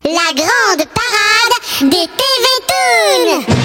La grande parade des TV Toons.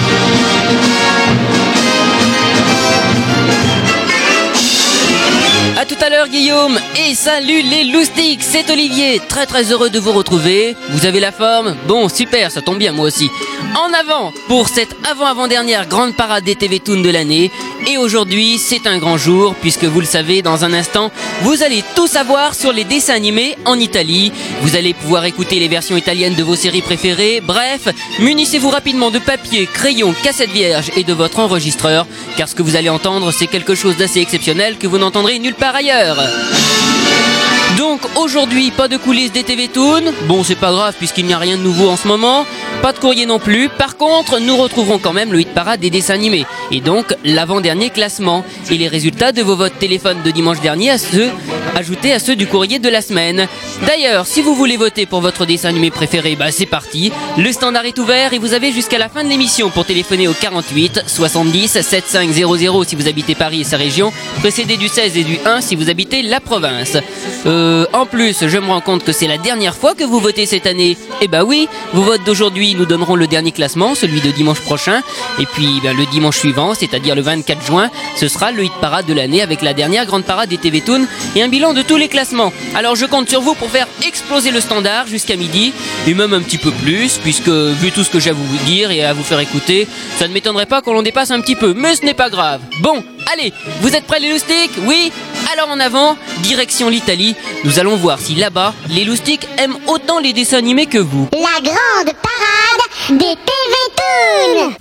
A tout à l'heure Guillaume, et salut les loustiques, c'est Olivier, très heureux de vous retrouver. Vous avez la forme? Bon, super, ça tombe bien, moi aussi. En avant pour cette avant-avant-dernière grande parade des TV Toons de l'année. Et aujourd'hui, c'est un grand jour, puisque vous le savez, dans un instant, vous allez tout savoir sur les dessins animés en Italie. Vous allez pouvoir écouter les versions italiennes de vos séries préférées. Bref, munissez-vous rapidement de papier, crayon, cassette vierge et de votre enregistreur, car ce que vous allez entendre, c'est quelque chose d'assez exceptionnel que vous n'entendrez nulle part ailleurs. Donc aujourd'hui, pas de coulisses des TV Toons. Bon, c'est pas grave puisqu'il n'y a rien de nouveau en ce moment. Pas de courrier non plus. Par contre, nous retrouverons quand même le hit parade des dessins animés. Et donc, l'avant-dernier classement. Et les résultats de vos votes téléphone de dimanche dernier ajoutés à ceux du courrier de la semaine. D'ailleurs, si vous voulez voter pour votre dessin animé préféré, c'est parti. Le standard est ouvert et vous avez jusqu'à la fin de l'émission pour téléphoner au 48 70 7500 si vous habitez Paris et sa région, précédé du 16 et du 1 si vous habitez la province. En plus, je me rends compte que c'est la dernière fois que vous votez cette année. Eh oui, vos votes d'aujourd'hui nous donneront le dernier classement, celui de dimanche prochain. Et puis le dimanche suivant, c'est-à-dire le 24 juin, ce sera le hit parade de l'année avec la dernière grande parade des TV Toons et un bilan de tous les classements. Alors je compte sur vous pour faire exploser le standard jusqu'à midi, et même un petit peu plus, puisque vu tout ce que j'ai à vous dire et à vous faire écouter, ça ne m'étonnerait pas qu'on l'en dépasse un petit peu, mais ce n'est pas grave. Bon, allez, vous êtes prêts les loustiques? Oui? Alors en avant, direction l'Italie, nous allons voir si là-bas, les loustiques aiment autant les dessins animés que vous. La grande parade des TV Toons.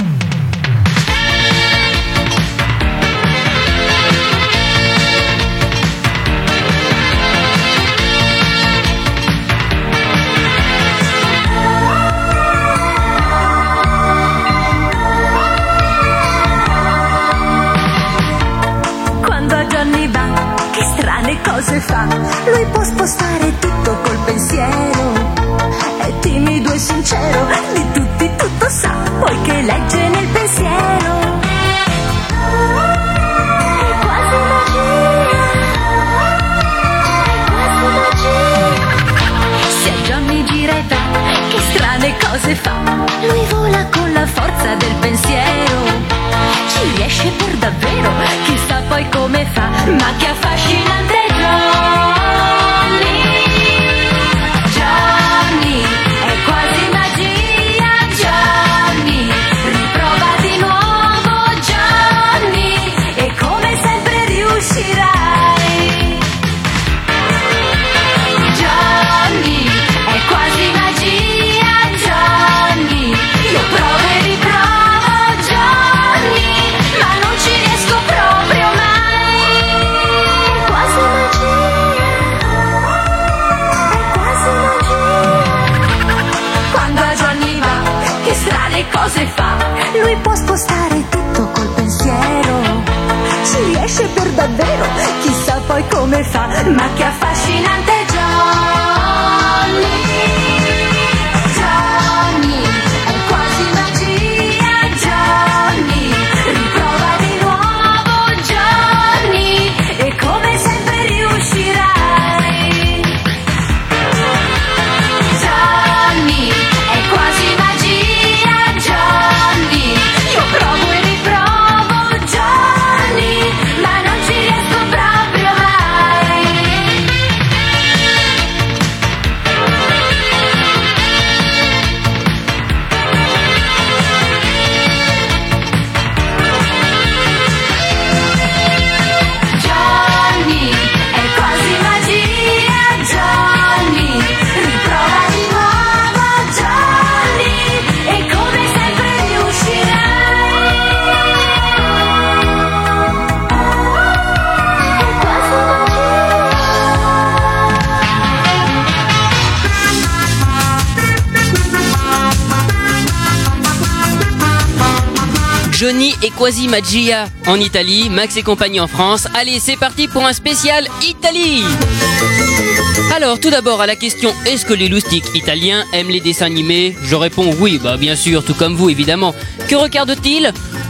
Cose fa, lui può spostare tutto col pensiero, è timido e sincero, di tutti tutto sa, poiché legge nel pensiero. È quasi magia, è quasi magia. Se Johnny gira e va, che strane cose fa, lui vola con la forza del pensiero, ci riesce per davvero, chissà poi come fa, ma che affascinante Johnny, è quasi magia, Johnny, riprova di nuovo Johnny, e come sempre riuscirai. Johnny, è quasi magia, Johnny, io provo e riprovo Johnny, ma non ci riesco proprio mai. Quasi magia, è quasi magia. Quando a Johnny va, che strane cose fa, lui può spostare tutto col pensiero, ci riesce per davvero, chissà poi come fa, ma che affascinante Johnny. Johnny, è quasi magia, Johnny, riprova di nuovo Johnny, e come sempre riuscirai. Johnny, è quasi magia, Johnny, io provo e riprovo Johnny, ma non ci riesco proprio mai. Johnny, è quasi magia, Johnny, riprova di nuovo Johnny, e come sempre riuscirai. È quasi Johnny et Quasi Magia en Italie, Max et compagnie en France. Allez, c'est parti pour un spécial Italie. Alors, tout d'abord à la question, est-ce que les loustiques italiens aiment les dessins animés? Je réponds oui, bien sûr, tout comme vous évidemment. Que regardent-ils?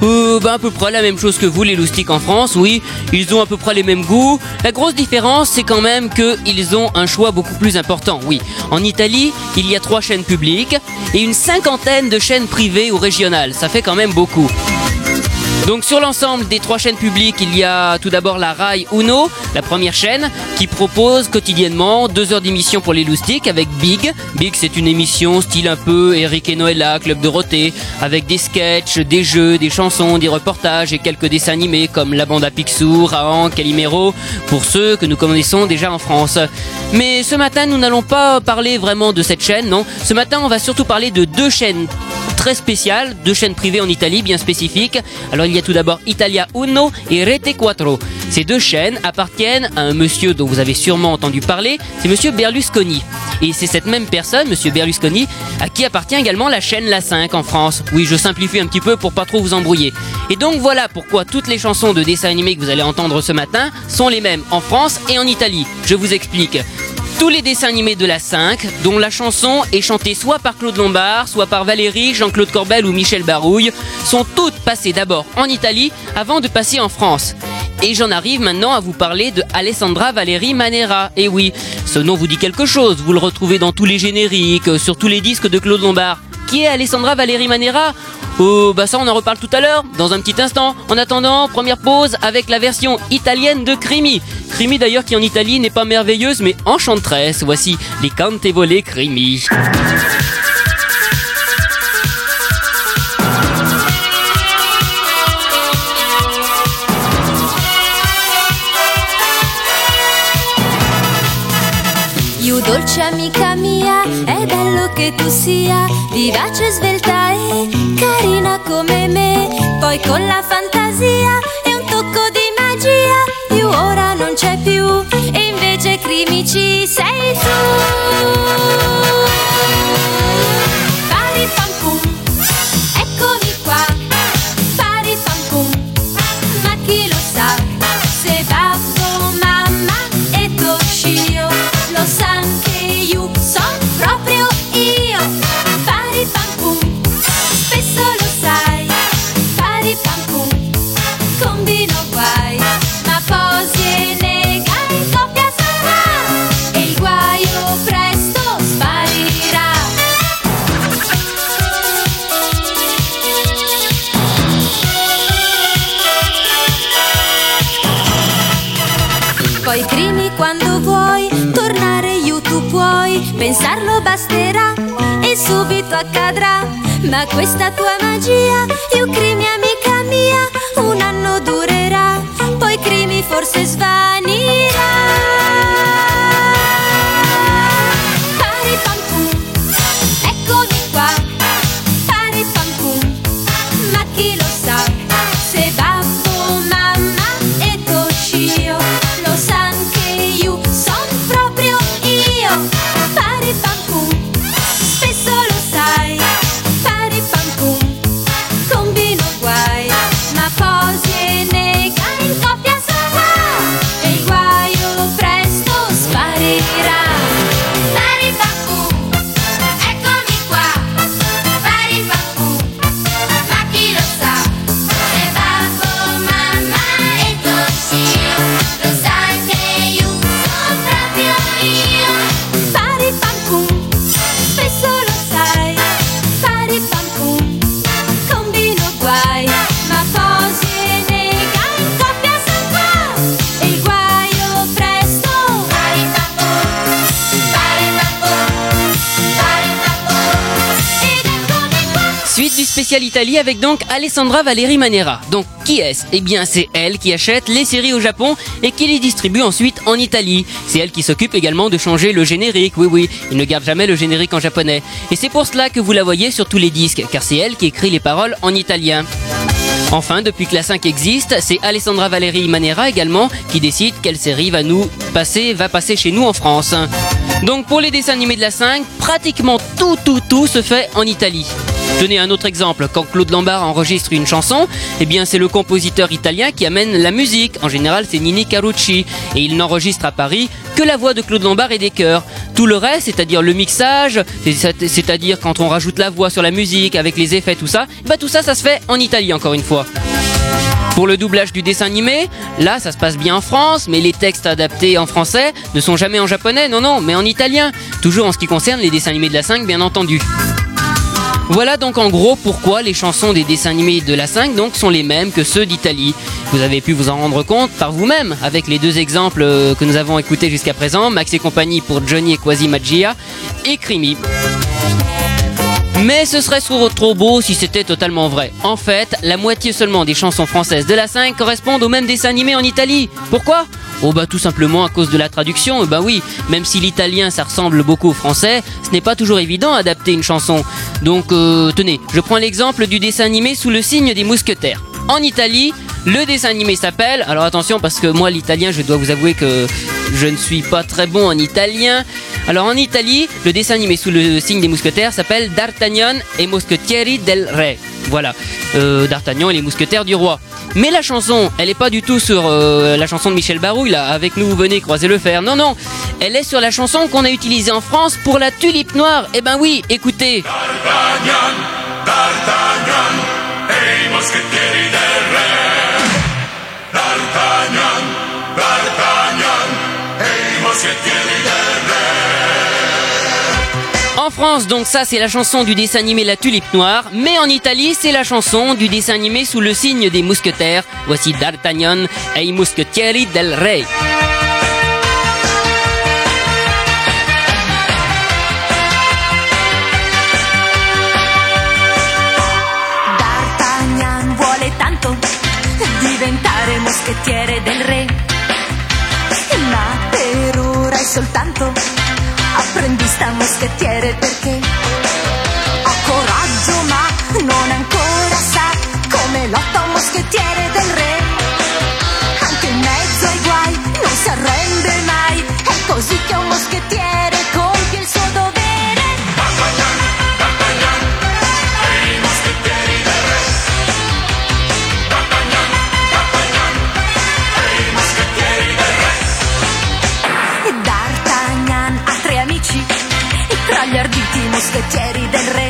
À peu près la même chose que vous, les loustiques en France, oui. Ils ont à peu près les mêmes goûts. La grosse différence, c'est quand même qu'ils ont un choix beaucoup plus important, oui. En Italie, il y a 3 chaînes publiques et une 50aine de chaînes privées ou régionales. Ça fait quand même beaucoup. Donc sur l'ensemble des 3 chaînes publiques, il y a tout d'abord la Rai Uno, la première chaîne, qui propose quotidiennement 2 heures d'émission pour les loustiques avec Big. Big, c'est une émission style un peu Eric et Noëlla, Club Dorothée, avec des sketchs, des jeux, des chansons, des reportages et quelques dessins animés comme La Bande à Picsou, Rahan, Calimero, pour ceux que nous connaissons déjà en France. Mais ce matin, nous n'allons pas parler vraiment de cette chaîne, non. Ce matin, on va surtout parler de 2 chaînes très spéciales, 2 chaînes privées en Italie bien spécifiques. Alors il y a tout d'abord Italia Uno et Rete Quattro. Ces 2 chaînes appartiennent à un monsieur dont vous avez sûrement entendu parler, c'est monsieur Berlusconi. Et c'est cette même personne, monsieur Berlusconi, à qui appartient également la chaîne La 5 en France. Oui, je simplifie un petit peu pour pas trop vous embrouiller. Et donc voilà pourquoi toutes les chansons de dessins animés que vous allez entendre ce matin sont les mêmes en France et en Italie. Je vous explique. Tous les dessins animés de la 5, dont la chanson est chantée soit par Claude Lombard, soit par Valérie, Jean-Claude Corbel ou Michel Barouille, sont toutes passées d'abord en Italie avant de passer en France. Et j'en arrive maintenant à vous parler de Alessandra Valeri Manera. Et oui, ce nom vous dit quelque chose, vous le retrouvez dans tous les génériques, sur tous les disques de Claude Lombard. Qui est Alessandra Valeri Manera ? Ça on en reparle tout à l'heure, dans un petit instant. En attendant, première pause avec la version italienne de Crimi. Crimi d'ailleurs qui en Italie n'est pas merveilleuse mais enchanteresse. Voici les Cante Vole Crimi. You dolce amica mia, è bello che tu sia vivace, svelta e carina come me. Poi con la fantasia e un tocco di magia, io ora non c'è più e invece Crimi ci sei tu. Pari pam pum, eccomi qua. Pari pam pum, ma chi lo sa se babbo, mamma e Toshio lo san che io son proprio io. Pari pam pum, spesso lo sai. Pari pam pum, combino guai, ma posi e nega in coppia sarà e il guaio presto sparirà. Poi Crimi quando vuoi tornare io tu puoi, pensarlo basterà e subito accadrà. Ma questa tua magia, io Crimi amica mia, un anno durerà, poi Crimi forse svanirà. Pari pam pum, eccomi qua. Pari pam pum, ma chi lo sa se babbo, mamma e Toshio lo san che io son proprio io. Pari pam pum, spesso lo sai. Pari pam pum, combino guai, ma posi e nega in coppia sarà e il guaio presto sparirà. Pari pam pum, eccomi qua. Pari pam pum, ma chi lo sa se babbo, mamma e Toshio lo san che io son proprio io. Pari pam pum, spesso lo sai. Pari pam pum, combino guai, ma posi e nega in coppia sarà e il guaio presto. Pari pam pum, pari pam pum, pari pam pum, ed eccomi qua. Suite du spécial Italie avec donc Alessandra Valeri Manera. Donc qui est-ce ? Eh bien c'est elle qui achète les séries au Japon et qui les distribue ensuite en Italie. C'est elle qui s'occupe également de changer le générique, oui, il ne garde jamais le générique en japonais. Et c'est pour cela que vous la voyez sur tous les disques, car c'est elle qui écrit les paroles en italien. Enfin, depuis que la 5 existe, c'est Alessandra Valeri Manera également qui décide quelle série va passer chez nous en France. Donc pour les dessins animés de la 5, pratiquement tout se fait en Italie. Tenez un autre exemple, quand Claude Lombard enregistre une chanson, eh bien c'est le compositeur italien qui amène la musique. En général c'est Nini Carucci et il n'enregistre à Paris que la voix de Claude Lombard et des chœurs. Tout le reste, c'est-à-dire le mixage, c'est-à-dire quand on rajoute la voix sur la musique, avec les effets, tout ça, tout ça, ça se fait en Italie encore une fois. Pour le doublage du dessin animé, là ça se passe bien en France, mais les textes adaptés en français ne sont jamais en japonais, non, mais en italien. Toujours en ce qui concerne les dessins animés de la 5, bien entendu. Voilà donc en gros pourquoi les chansons des dessins animés de la 5 donc sont les mêmes que ceux d'Italie. Vous avez pu vous en rendre compte par vous-même avec les deux exemples que nous avons écoutés jusqu'à présent, Max et compagnie pour Johnny et Quasi Magia et Crimi. Mais ce serait trop beau si c'était totalement vrai. En fait, la moitié seulement des chansons françaises de la 5 correspondent aux mêmes dessins animés en Italie. Pourquoi ? Tout simplement à cause de la traduction. Oui, même si l'italien ça ressemble beaucoup au français, ce n'est pas toujours évident d'adapter une chanson. Donc tenez, je prends l'exemple du dessin animé Sous le signe des mousquetaires. En Italie, le dessin animé s'appelle... Alors attention parce que moi l'italien, je dois vous avouer que je ne suis pas très bon en italien. Alors en Italie, le dessin animé Sous le signe des mousquetaires s'appelle D'Artagnan et Moschettieri del Re. Voilà, D'Artagnan et les mousquetaires du roi. Mais la chanson, elle est pas du tout sur la chanson de Michel Barouille là, avec nous venez croiser le fer. Non, elle est sur la chanson qu'on a utilisée en France pour la tulipe noire. Oui, écoutez. D'Artagnan, D'Artagnan, et moschettieri del re. D'Artagnan, D'Artagnan, et moschettieri del re. En France, donc ça c'est la chanson du dessin animé La Tulipe Noire, mais en Italie c'est la chanson du dessin animé Sous le signe des mousquetaires. Voici D'Artagnan e i moschettieri del re. D'Artagnan vuole tanto diventare moschettiere del re, ma per ora è soltanto apprendista moschettiere perché ha coraggio ma non ancora sa come lotta un moschettiere del re. Anche in mezzo ai guai non si arrende mai, è così che un moschettiere compie il suo dovere. D'Artagnan, D'Artagnan, e i moschettieri del re. D'Artagnan, D'Artagnan, e i moschettieri del re. D'Artagnan ha tre amici tra gli arditi moschettieri del re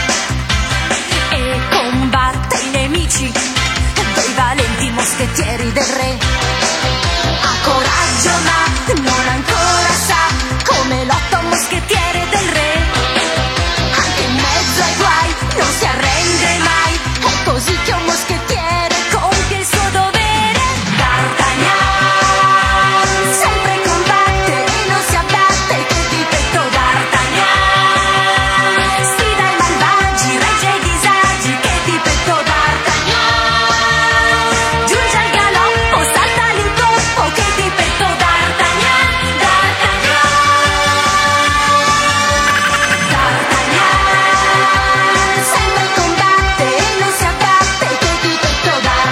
e combatte i nemici dei valenti moschettieri del re. Ha coraggio ma non ancora sa come lotta un moschettiere del re. Anche in mezzo ai guai non si arrende mai, è così che un moschettiere compie il suo dovere. D'Artagnan sempre combatte e non si abbatte, che di petto D'Artagnan sfida i malvagi, regge i disagi, che di petto D'Artagnan giunge al galoppo, salta all'intoppo, che di petto D'Artagnan, D'Artagnan, D'Artagnan sempre combatte e non si abbatte, che di petto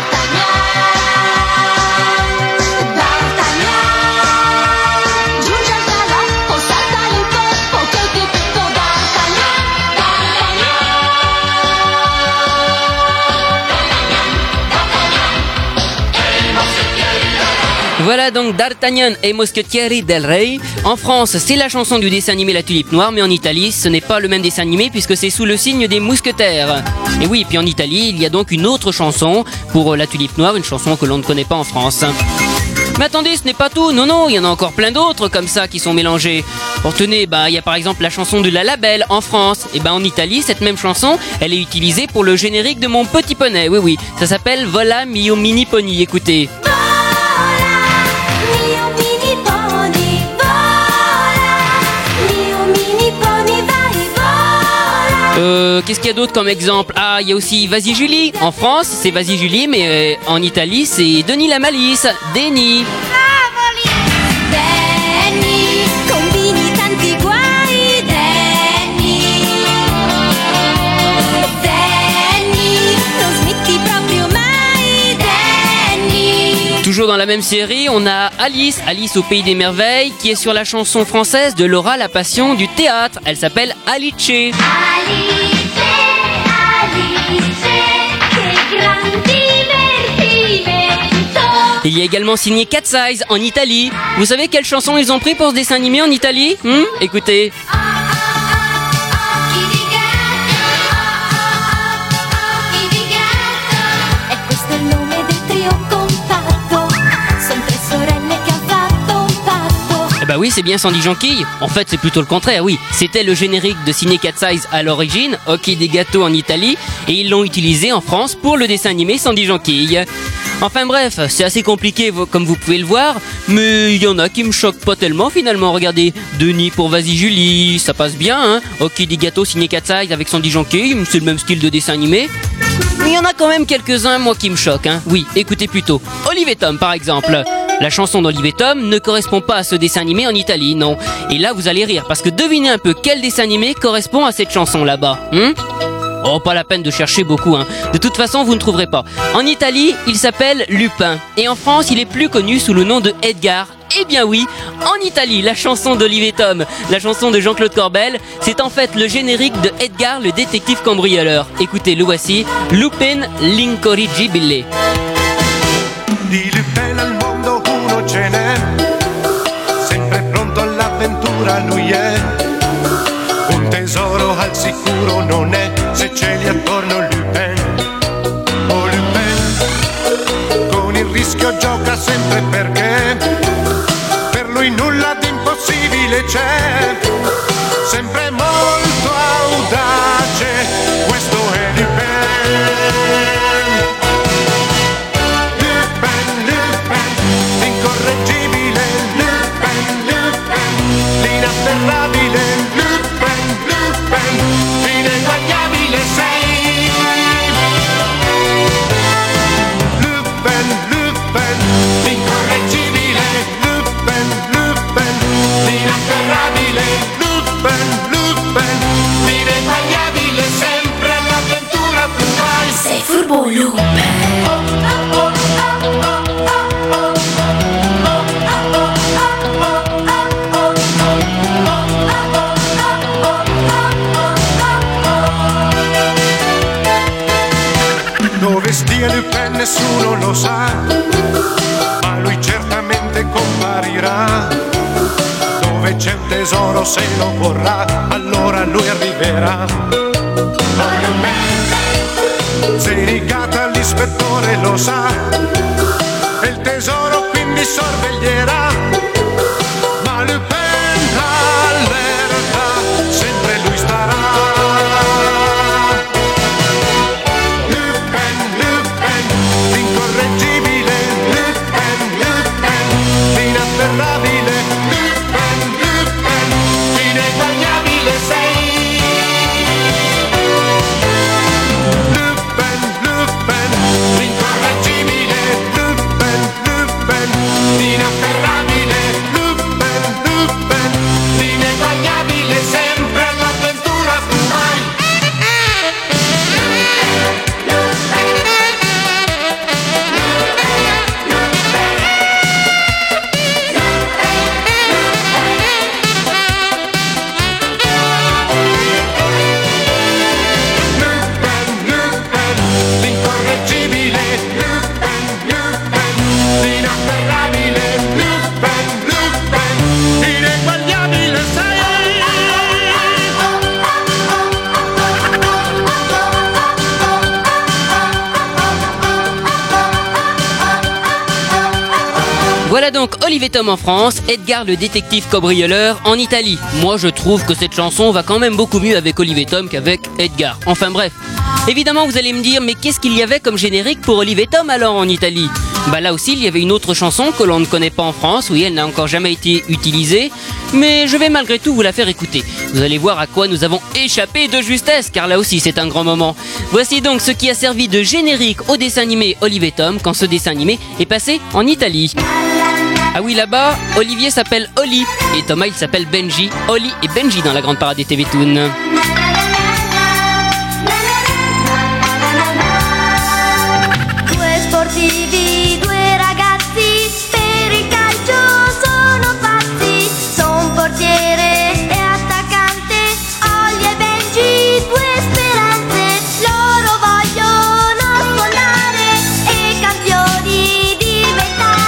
D'Artagnan, D'Artagnan giunge al galoppo, salta all'intoppo, che di petto D'Artagnan, Voilà donc D'Artagnan et Moschettieri del Re. En France, c'est la chanson du dessin animé La Tulipe Noire, mais en Italie, ce n'est pas le même dessin animé puisque c'est Sous le signe des mousquetaires. Et oui, puis en Italie, il y a donc une autre chanson pour La Tulipe Noire, une chanson que l'on ne connaît pas en France. Mais attendez, ce n'est pas tout, non, il y en a encore plein d'autres comme ça qui sont mélangés. Pour tenez, il y a par exemple la chanson de La Labelle en France. Et en Italie, cette même chanson, elle est utilisée pour le générique de Mon Petit Poney, oui, ça s'appelle Vola mio mini pony, écoutez. mio mini pony, vola, mio mini pony, vai, vola. Qu'est-ce qu'il y a d'autre comme exemple ? Ah, il y a aussi Vas-y Julie. En France, c'est Vas-y Julie, mais en Italie, c'est Denis la Malice, Denny. Danny, combini tanti guai, Danny. Danny, non smetti proprio mai, Danny. Toujours dans la même série, on a Alice, Alice au Pays des Merveilles, qui est sur la chanson française de Laura la Passion du théâtre. Elle s'appelle Alice. Alice, Alice, che gran divertimento. Il y a également signé Cat Size en Italie. Vous savez quelle chanson ils ont pris pour ce dessin animé en Italie? Écoutez. E questo è il nome del trio compatto. Son tre sorelle che han fatto un patto. Eh bah oui, c'est bien Sandy Jonquille. En fait, c'est plutôt le contraire, oui. C'était le générique de Ciné Cat Size à l'origine, Hockey des gâteaux en Italie, et ils l'ont utilisé en France pour le dessin animé Sandy Jonquille. Enfin bref, c'est assez compliqué comme vous pouvez le voir, mais il y en a qui me choquent pas tellement finalement. Regardez, Denis pour Vas-y Julie, ça passe bien, hein. Hockey des gâteaux signé Cat Size avec Sandy Jonquille, c'est le même style de dessin animé. Mais il y en a quand même quelques-uns, moi, qui me choquent, hein. Oui, écoutez plutôt. Olive et Tom, par exemple. La chanson d'Olive et Tom ne correspond pas à ce dessin animé en Italie, non. Et là, vous allez rire, parce que devinez un peu quel dessin animé correspond à cette chanson là-bas, Oh, pas la peine de chercher beaucoup, hein. De toute façon, vous ne trouverez pas. En Italie, il s'appelle Lupin. Et en France, il est plus connu sous le nom de Edgar. Eh bien oui, en Italie, la chanson d'Olive et Tom, la chanson de Jean-Claude Corbel, c'est en fait le générique de Edgar le détective cambrioleur. Écoutez, le voici, Lupin l'incorrigibile. Di Lupin al mondo uno ce n'è, sempre pronto all'avventura lui è. Un tesoro al sicuro non è, se ce li attorno Lupin. Oh Lupin, con il rischio gioca sempre perché per lui nulla di impossibile c'è. Sempre molto audace, questo è Lupin. Lupin, Lupin, l'incorreggibile Lupin, Lupin, l'inafferrabile Lupin, Lupin, l'ineguagliabile sei. Lupin, Lupin, l'incorreggibile Lupin, Lupin, l'inafferrabile Lupin, Lupin, l'ineguagliabile sempre all'avventura più vai. Sei furbo Lupin. Dove stia Lupin nessuno lo sa, ma lui certamente comparirà. Dove c'è un tesoro se lo vorrà, allora lui arriverà. Oh Lupin, sei negata all'ispettore lo sa, e il tesoro quindi sorveglierà. Ma Lupin allerta, sempre lui starà. Lupin, Lupin, l'incorreggibile Lupin, Lupin, l'inafferrabile Lupin, Lupin, l'ineguagliabile sei. Lupin, Lupin, l'incorreggibile Lupin, Lupin, l'inafferrabile Lupin, Lupin, l'ineguagliabile sempre all'avventura più mai. Lupin, Lupin, l'incorreggibile Lupin, Lupin, l'inafferrabile Lupin, Lupin, l'ineguagliabile sei. Voilà donc Olive et Tom en France, Edgar le détective cambrioleur en Italie. Moi je trouve que cette chanson va quand même beaucoup mieux avec Olive et Tom qu'avec Edgar. Enfin bref. Évidemment vous allez me dire, mais qu'est-ce qu'il y avait comme générique pour Olive et Tom alors en Italie? Bah là aussi il y avait une autre chanson que l'on ne connaît pas en France, oui elle n'a encore jamais été utilisée, mais je vais malgré tout vous la faire écouter. Vous allez voir à quoi nous avons échappé de justesse, car là aussi c'est un grand moment. Voici donc ce qui a servi de générique au dessin animé Olive et Tom quand ce dessin animé est passé en Italie. Ah oui, là-bas, Olivier s'appelle Oli et Thomas il s'appelle Benji. Oli et Benji dans la grande parade des TV Toon. Due sportivi, due ragazzi, per il calcio sono pazzi. Son portiere e attaccante, Oli e Benji, due speranze. Loro vogliono sfondare e campioni diventare.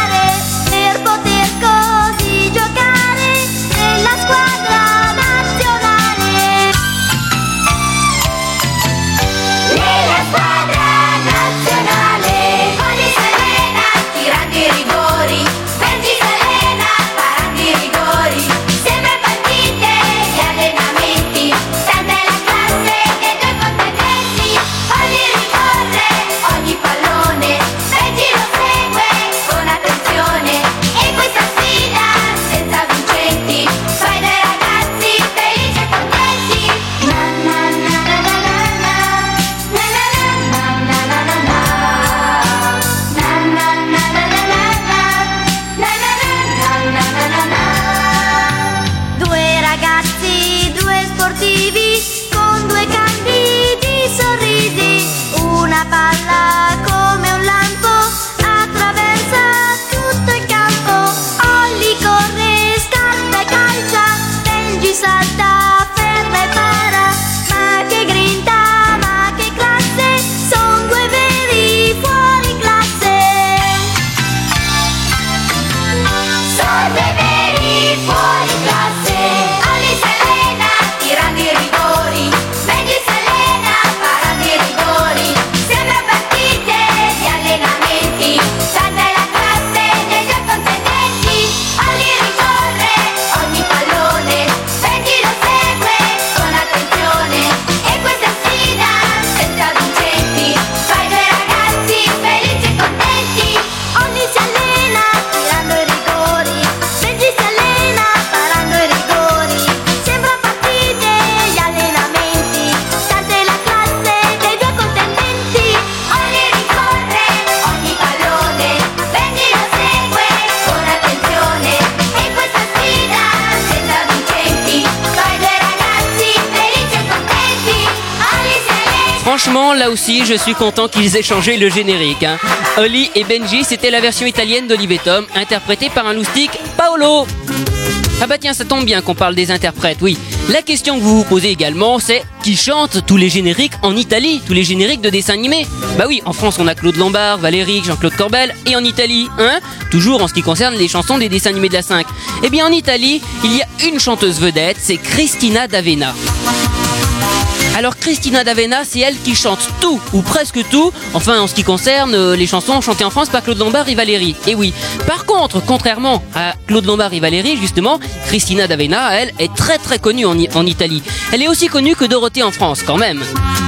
là aussi, je suis content qu'ils aient changé le générique. Hein. Holly et Benji, c'était la version italienne d'Olive et Tom, interprétée par un loustic Paolo. Ah bah tiens, ça tombe bien qu'on parle des interprètes, oui. La question que vous vous posez également, c'est qui chante tous les génériques en Italie, tous les génériques de dessins animés? Bah oui, en France on a Claude Lombard, Valérie, Jean-Claude Corbel, et en Italie, hein? Toujours en ce qui concerne les chansons des dessins animés de la 5. Eh bien en Italie, il y a une chanteuse vedette, c'est Cristina D'Avena. Alors Cristina D'Avena, c'est elle qui chante tout, ou presque tout, enfin en ce qui concerne les chansons chantées en France par Claude Lombard et Valérie. Et oui, par contre, contrairement à Claude Lombard et Valérie, justement, Cristina D'Avena, elle, est très très connue en Italie. Elle est aussi connue que Dorothée en France, quand même.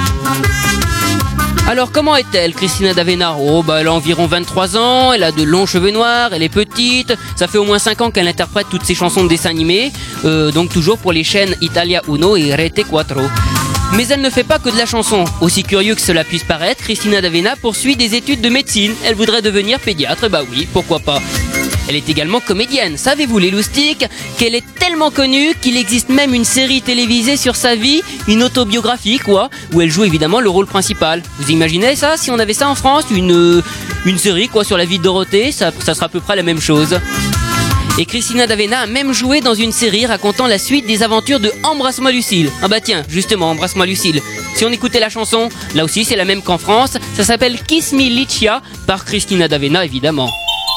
Alors comment est-elle, Cristina D'Avena? Oh bah elle a environ 23 ans, elle a de longs cheveux noirs, elle est petite, ça fait au moins 5 ans qu'elle interprète toutes ses chansons de dessins animés, donc toujours pour les chaînes Italia Uno et Rete Quattro. Mais elle ne fait pas que de la chanson. Aussi curieux que cela puisse paraître, Cristina D'Avena poursuit des études de médecine. Elle voudrait devenir pédiatre, et bah oui, pourquoi pas. Elle est également comédienne. Savez-vous, les loustiques, qu'elle est tellement connue qu'il existe même une série télévisée sur sa vie, une autobiographie quoi, où elle joue évidemment le rôle principal. Vous imaginez ça, si on avait ça en France, une série quoi sur la vie de Dorothée, ça sera à peu près la même chose. Et Cristina D'Avena a même joué dans une série racontant la suite des aventures de Embrasse-moi Lucille. Ah bah tiens, justement, Embrasse-moi Lucille. Si on écoutait la chanson, là aussi c'est la même qu'en France, ça s'appelle Kiss Me Licia, par Cristina D'Avena évidemment.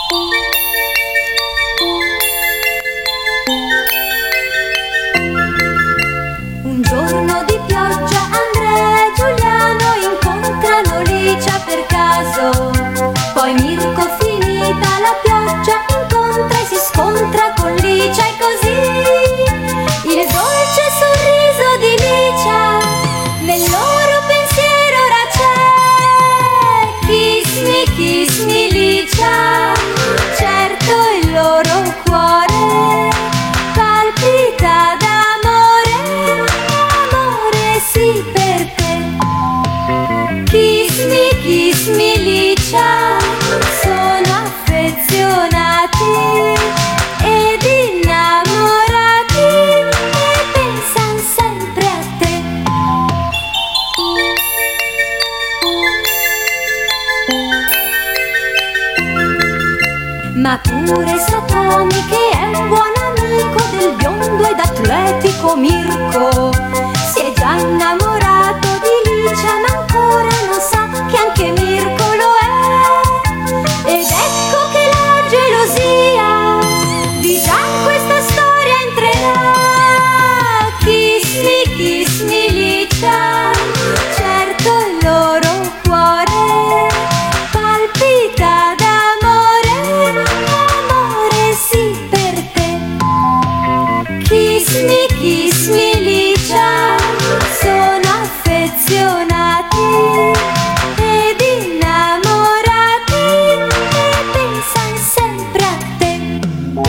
Un giorno di pioggia Andrea e Giuliano incontrano Licia per caso. Poi Mirko finita la pioggia incontra e si scontra con Licia e così il dolce sorriso di Licia nel loro pensiero ora c'è. Kiss me Licia, certo il loro cuore palpita d'amore, amore sì per te. Kiss me Licia, sono affezionati ed innamorati e pensano sempre a te. Ma pure Satomi, che è un buon amico del biondo ed atletico Mirko, si è già innamorato di Licia ma ancora non sa che anche Mirko lo è. Ed ecco che la gelosia di già questa storia entrerà. Kiss me Licia, certo il loro cuore palpita d'amore, amore sì per te. Kiss me Licia, sono affezionati ed innamorati e pensano sempre a te.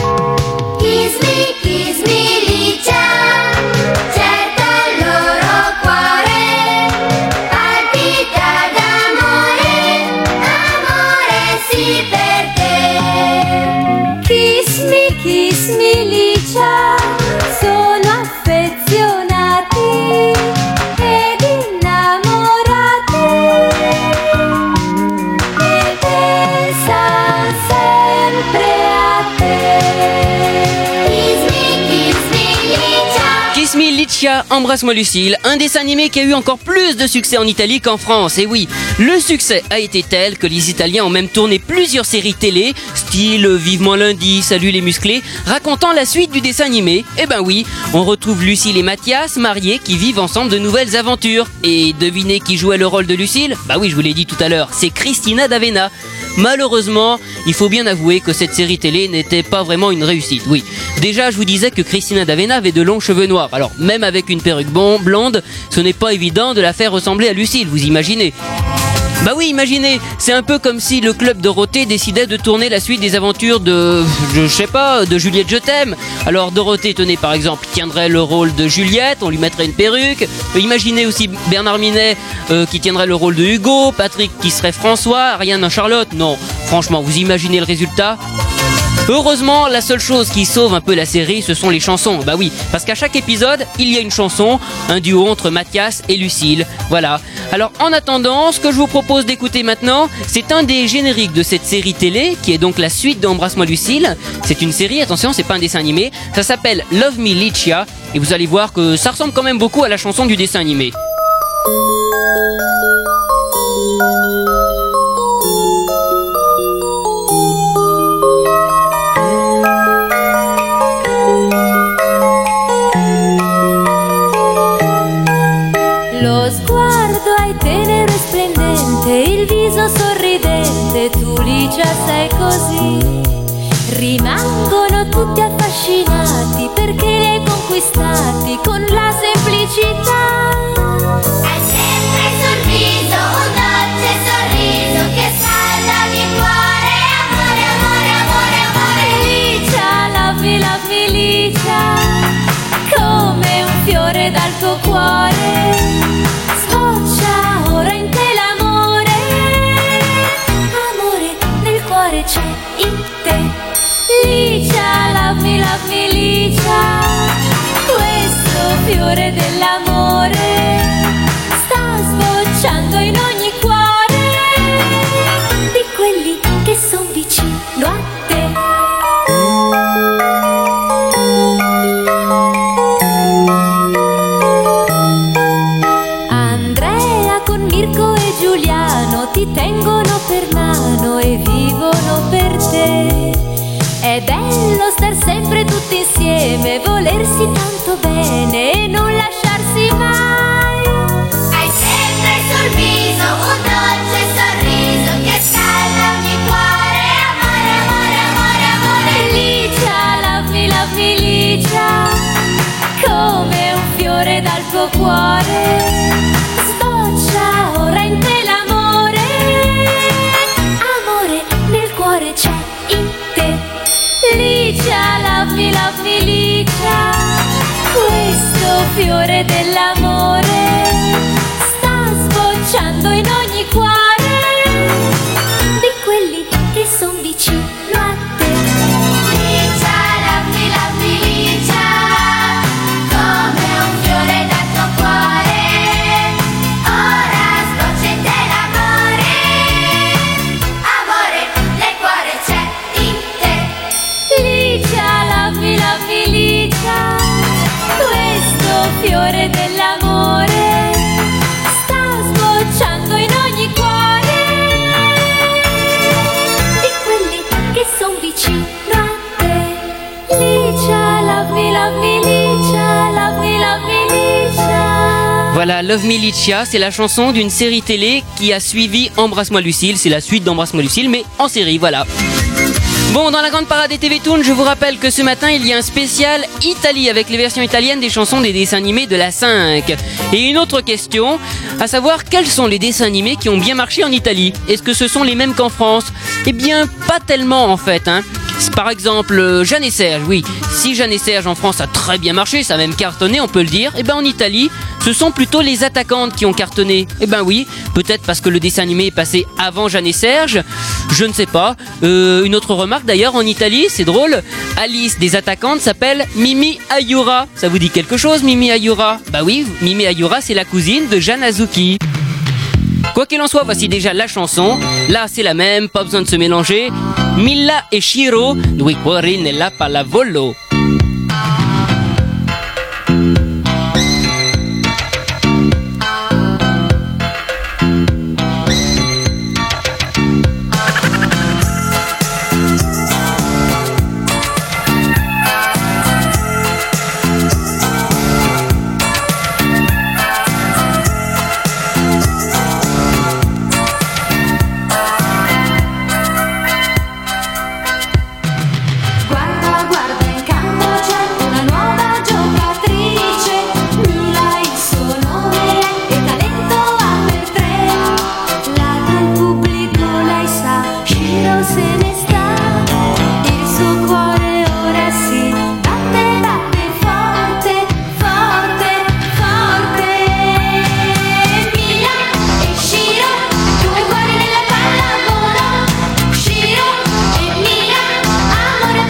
Kiss me Licia, certo il loro cuore palpita d'amore, amore sì per te. Kiss me Licia, sono affezionati ed innamorati e pensano sempre a te. Kiss me Licia. Kiss Me Licia, Embrasse-moi Lucille, un dessin animé qui a eu encore plus de succès en Italie qu'en France. Et oui, le succès a été tel que les Italiens ont même tourné plusieurs séries télé, style Vivement lundi, Salut les musclés, racontant la suite du dessin animé. Et ben oui, on retrouve Lucille et Mathias, mariés, qui vivent ensemble de nouvelles aventures. Et devinez qui jouait le rôle de Lucille? Bah oui, je vous l'ai dit tout à l'heure, c'est Cristina D'Avena. Malheureusement, il faut bien avouer que cette série télé n'était pas vraiment une réussite, oui. Déjà, je vous disais que Cristina D'Avena avait de longs cheveux noirs. Alors, même avec une perruque blonde, ce n'est pas évident de la faire ressembler à Lucille, vous imaginez? Bah oui, imaginez, c'est un peu comme si le club Dorothée décidait de tourner la suite des aventures de, je sais pas, de Juliette Je t'aime. Alors Dorothée, tenez par exemple, tiendrait le rôle de Juliette, on lui mettrait une perruque. Imaginez aussi Bernard Minet qui tiendrait le rôle de Hugo, Patrick qui serait François, Ariane Charlotte. Non, franchement, vous imaginez le résultat? Heureusement, la seule chose qui sauve un peu la série, ce sont les chansons. Bah oui, parce qu'à chaque épisode, il y a une chanson, un duo entre Mathias et Lucille. Voilà. Alors en attendant, ce que je vous propose d'écouter maintenant, c'est un des génériques de cette série télé, qui est donc la suite d'Embrasse-moi Lucille. C'est une série, attention, c'est pas un dessin animé. Ça s'appelle Love Me Licia, et vous allez voir que ça ressemble quand même beaucoup à la chanson du dessin animé. Lo sguardo hai tenero e splendente, il viso sorridente, tu Licia sei così. Rimangono tutti affascinati perché li hai conquistati con la semplicità. Hai sempre il sorriso, un dolce sorriso che scalda il mio cuore. Amore, amore, amore, amore. Licia, love me Licia, come un fiore dal tuo cuore. Sboccia ora in te l'amore. Amore, nel cuore c'è in te. Licia, love me Licia, questo fiore dell'amore sta sbocciando in ogni cuore di quelli che son vicino a te. Andrea con Mirko e Giuliano ti tengono per mano e vivono per te. È bello star sempre tutti insieme, volersi tanto bene e non lasciarsi mai. Hai sempre il sorriso, un dolce sorriso che scalda ogni cuore. Amore, amore, amore, amore. Licia, love me Licia, come un fiore dal tuo cuore. Sboccia ora in te l'amore. Amore, nel cuore c'è in te. Licia, love me Licia, questo fiore dell'amore sta sbocciando in ogni cuore di quelli che son vicino a te. Licia, love me Licia, come un fiore dal tuo cuore. Ora sboccia in te l'amore. Amore, nel cuore c'è in te. Licia, love me Licia, questo fiore dell'amore sta sbocciando in ogni cuore di quelli che son vicino a te. Licia, love me Licia, love me Licia. Voilà, Love Me Licia, c'est la chanson d'une série télé qui a suivi Embrasse-moi Lucille. C'est la suite d'Embrasse-moi Lucille, mais en série, voilà. Bon, dans la grande parade des TV Toon, je vous rappelle que ce matin, il y a un spécial Italie avec les versions italiennes des chansons des dessins animés de la 5. Et une autre question, à savoir quels sont les dessins animés qui ont bien marché en Italie. Est-ce que ce sont les mêmes qu'en France? Eh bien, pas tellement en fait, hein. Par exemple, Jeanne et Serge, oui. Si Jeanne et Serge en France a très bien marché, ça a même cartonné, on peut le dire. Eh ben en Italie, ce sont plutôt les attaquantes qui ont cartonné. Eh ben oui, peut-être parce que le dessin animé est passé avant Jeanne et Serge. Je ne sais pas. Une autre remarque d'ailleurs, en Italie, c'est drôle. Alice des attaquantes s'appelle Mimi Ayura. Ça vous dit quelque chose, Mimi Ayura? Bah oui, Mimi Ayura, c'est la cousine de Jeanne Azuki. Quoi qu'il en soit, voici déjà la chanson. Là, c'est la même, pas besoin de se mélanger. Milla e Shiro, due cuori nella pallavolo. Amore,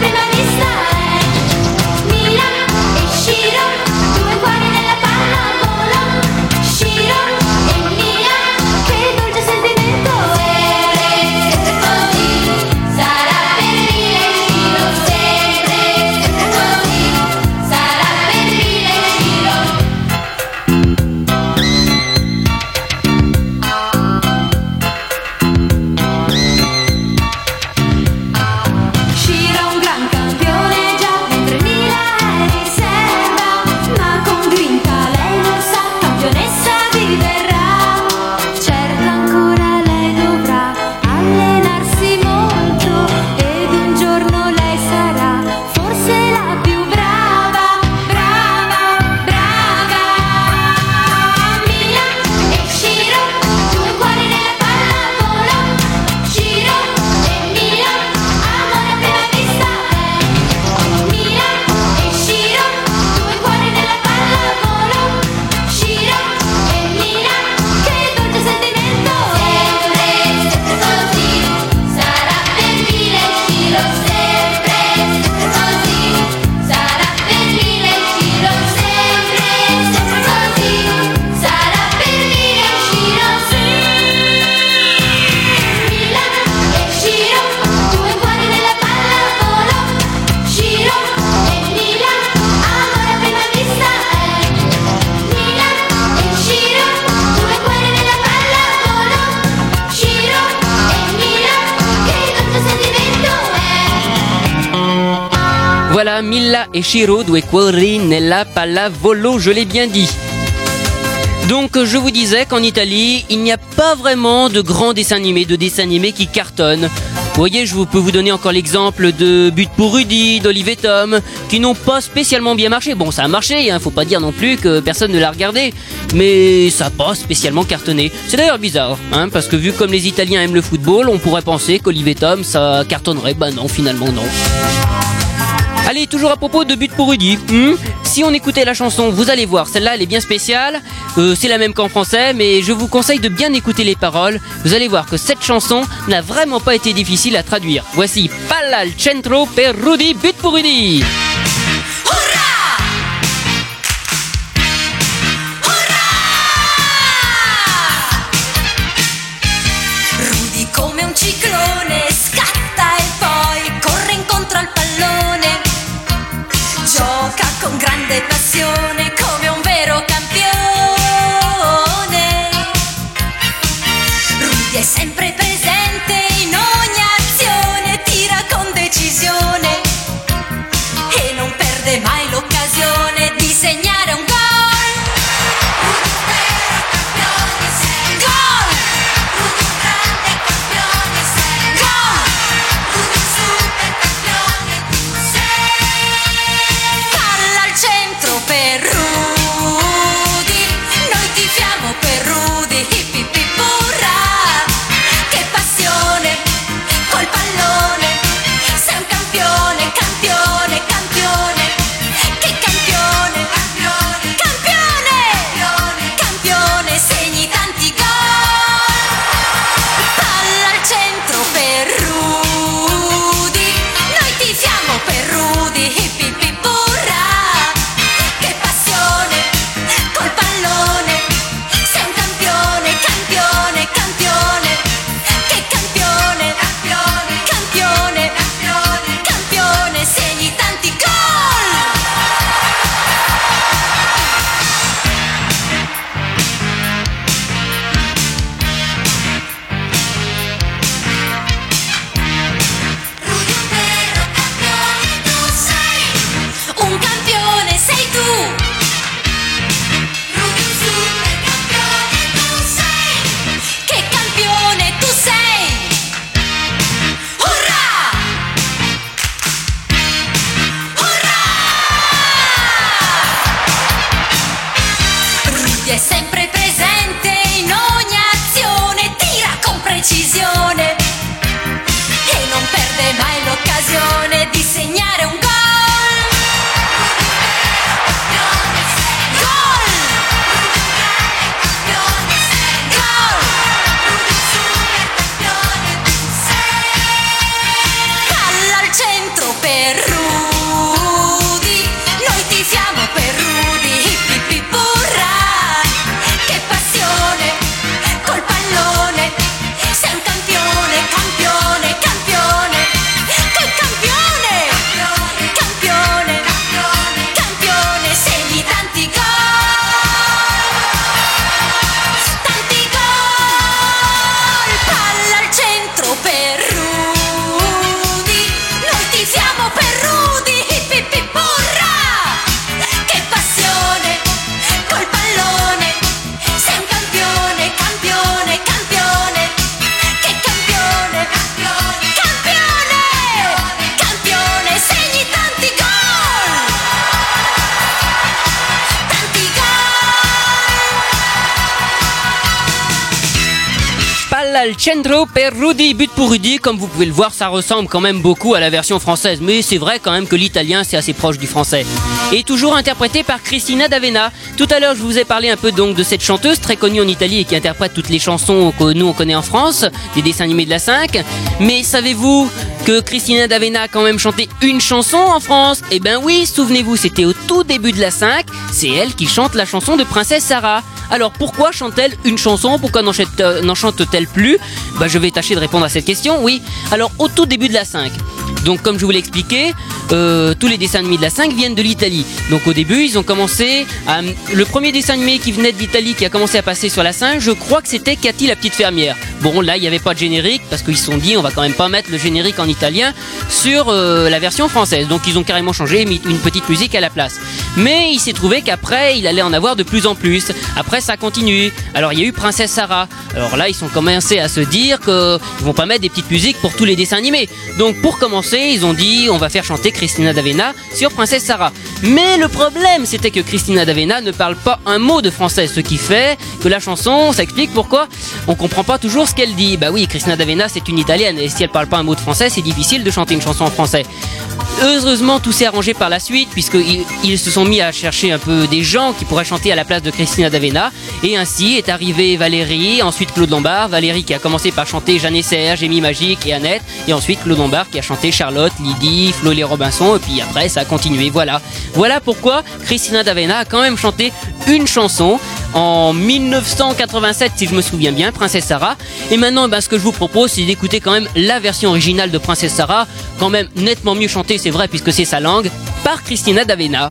Voilà, Milla e Shiro due cuori nella pallavolo, je l'ai bien dit. Donc je vous disais qu'en Italie, il n'y a pas vraiment de grands dessins animés qui cartonnent. Vous voyez, peux vous donner encore l'exemple de But pour Rudy, d'Olive et Tom, qui n'ont pas spécialement bien marché. Bon, ça a marché, faut pas dire non plus que personne ne l'a regardé, mais ça n'a pas spécialement cartonné. C'est d'ailleurs bizarre, parce que vu comme les Italiens aiment le football, on pourrait penser qu'Olive et Tom, ça cartonnerait. Bah non, finalement non. Allez, toujours à propos de But pour Rudy. Si on écoutait la chanson, vous allez voir, celle-là elle est bien spéciale. C'est la même qu'en français, mais je vous conseille de bien écouter les paroles. Vous allez voir que cette chanson n'a vraiment pas été difficile à traduire. Voici Palla al centro per Rudy, But pour Rudy. Rudy come un ciclone scatta e poi corre incontro al pallone, gioca con grande passione come un vero campione. Rudy è sempre presente in ogni azione, tira con decisione e non perde mai l'occasione di segnare un gol. Rudy un vero campione sei, gol! Rudy un grande campione sei, gol! Rudy un super campione tu sei. Palla al centro per Rudy, noi tifiamo per Rudy, hip hip hip urrà. Che passione col pallone, sei un campione, campione, campione. Che campione, campione, campione, campione, campione, segni tanti gol. Palla al centro per Rudy, noi tifiamo per Rudy, hip hip hip urrà. Che passione col pallone, sei un campione, campione, campione. Che campione, campione, campione, campione, campione, segni tanti gol. Rudy un vero campione tu sei, un campione sei tu. Rudy un super campione tu sei, che campione tu sei. Urrà! Urrà! Rudy è sempre presente in ogni azione, tira con precisione e non perde mai l'occasione di segnare un gol. Gol! Gol! Palla al centro per Rudy, noi tifiamo per Rudy, hip hip hip urrà. Che passione col pallone, sei un campione, campione, campione. Che campione, campione, campione, campione, segni tanti gol. Tanti gol. Palla al centro per Rudy, noi tifiamo per Rudy, hip hip hip urrà. Che passione col pallone, sei un campione, campione, campione. Che campione, campione, campione, campione, segni tanti gol. Tanti gol. Palla al centro per Rudy, But pour Rudy. Comme vous pouvez le voir, ça ressemble quand même beaucoup à la version française, mais c'est vrai quand même que l'italien c'est assez proche du français. Et toujours interprété par Cristina D'Avena. Tout à l'heure je vous ai parlé un peu donc de cette chanteuse très connue en Italie et qui interprète toutes les chansons que nous on connaît en France, des dessins animés de la 5. Mais savez-vous que Cristina D'Avena a quand même chanté une chanson en France? Eh ben oui, souvenez-vous, c'était au tout début de la 5, c'est elle qui chante la chanson de Princesse Sarah. Alors pourquoi chante-t-elle une chanson? Pourquoi n'en chante-t-elle plus? Je vais tâcher de répondre à cette question, oui. Alors au tout début de la 5, Donc comme je vous l'ai expliqué, tous les dessins animés de la 5 viennent de l'Italie. Donc au début ils ont commencé le premier dessin animé qui venait de l'Italie, qui a commencé à passer sur la 5, je crois que c'était Cathy la petite fermière. Bon là il n'y avait pas de générique parce qu'ils se sont dit on va quand même pas mettre le générique en italien sur la version française. Donc ils ont carrément changé, mis une petite musique à la place. Mais il s'est trouvé qu'après il allait en avoir de plus en plus. Après ça continue. Alors il y a eu Princesse Sarah. Alors là ils sont commencé à se dire qu'ils vont pas mettre des petites musiques pour tous les dessins animés. Donc pour commencer ils ont dit on va faire chanter Cristina D'Avena sur Princesse Sarah. Mais le problème c'était que Cristina D'Avena ne parle pas un mot de français, ce qui fait que la chanson, ça explique pourquoi on comprend pas toujours ce qu'elle dit. Bah oui, Cristina D'Avena c'est une italienne et si elle parle pas un mot de français c'est difficile de chanter une chanson en français. Heureusement tout s'est arrangé par la suite puisqu'ils se sont mis à chercher un peu des gens qui pourraient chanter à la place de Cristina D'Avena et ainsi est arrivée Valérie, ensuite Claude Lombard. Valérie qui a commencé par chanter Jeanne et Serge, Amy Magique et Annette, et ensuite Claude Lombard qui a chanté Charlotte, Lydie, Flo les Robinson, et puis après ça a continué. Voilà pourquoi Cristina D'Avena a quand même chanté une chanson en 1987 si je me souviens bien, Princesse Sarah. Et maintenant ce que je vous propose c'est d'écouter quand même la version originale de Princesse Sarah, quand même nettement mieux chantée, c'est vrai puisque c'est sa langue, par Cristina D'Avena.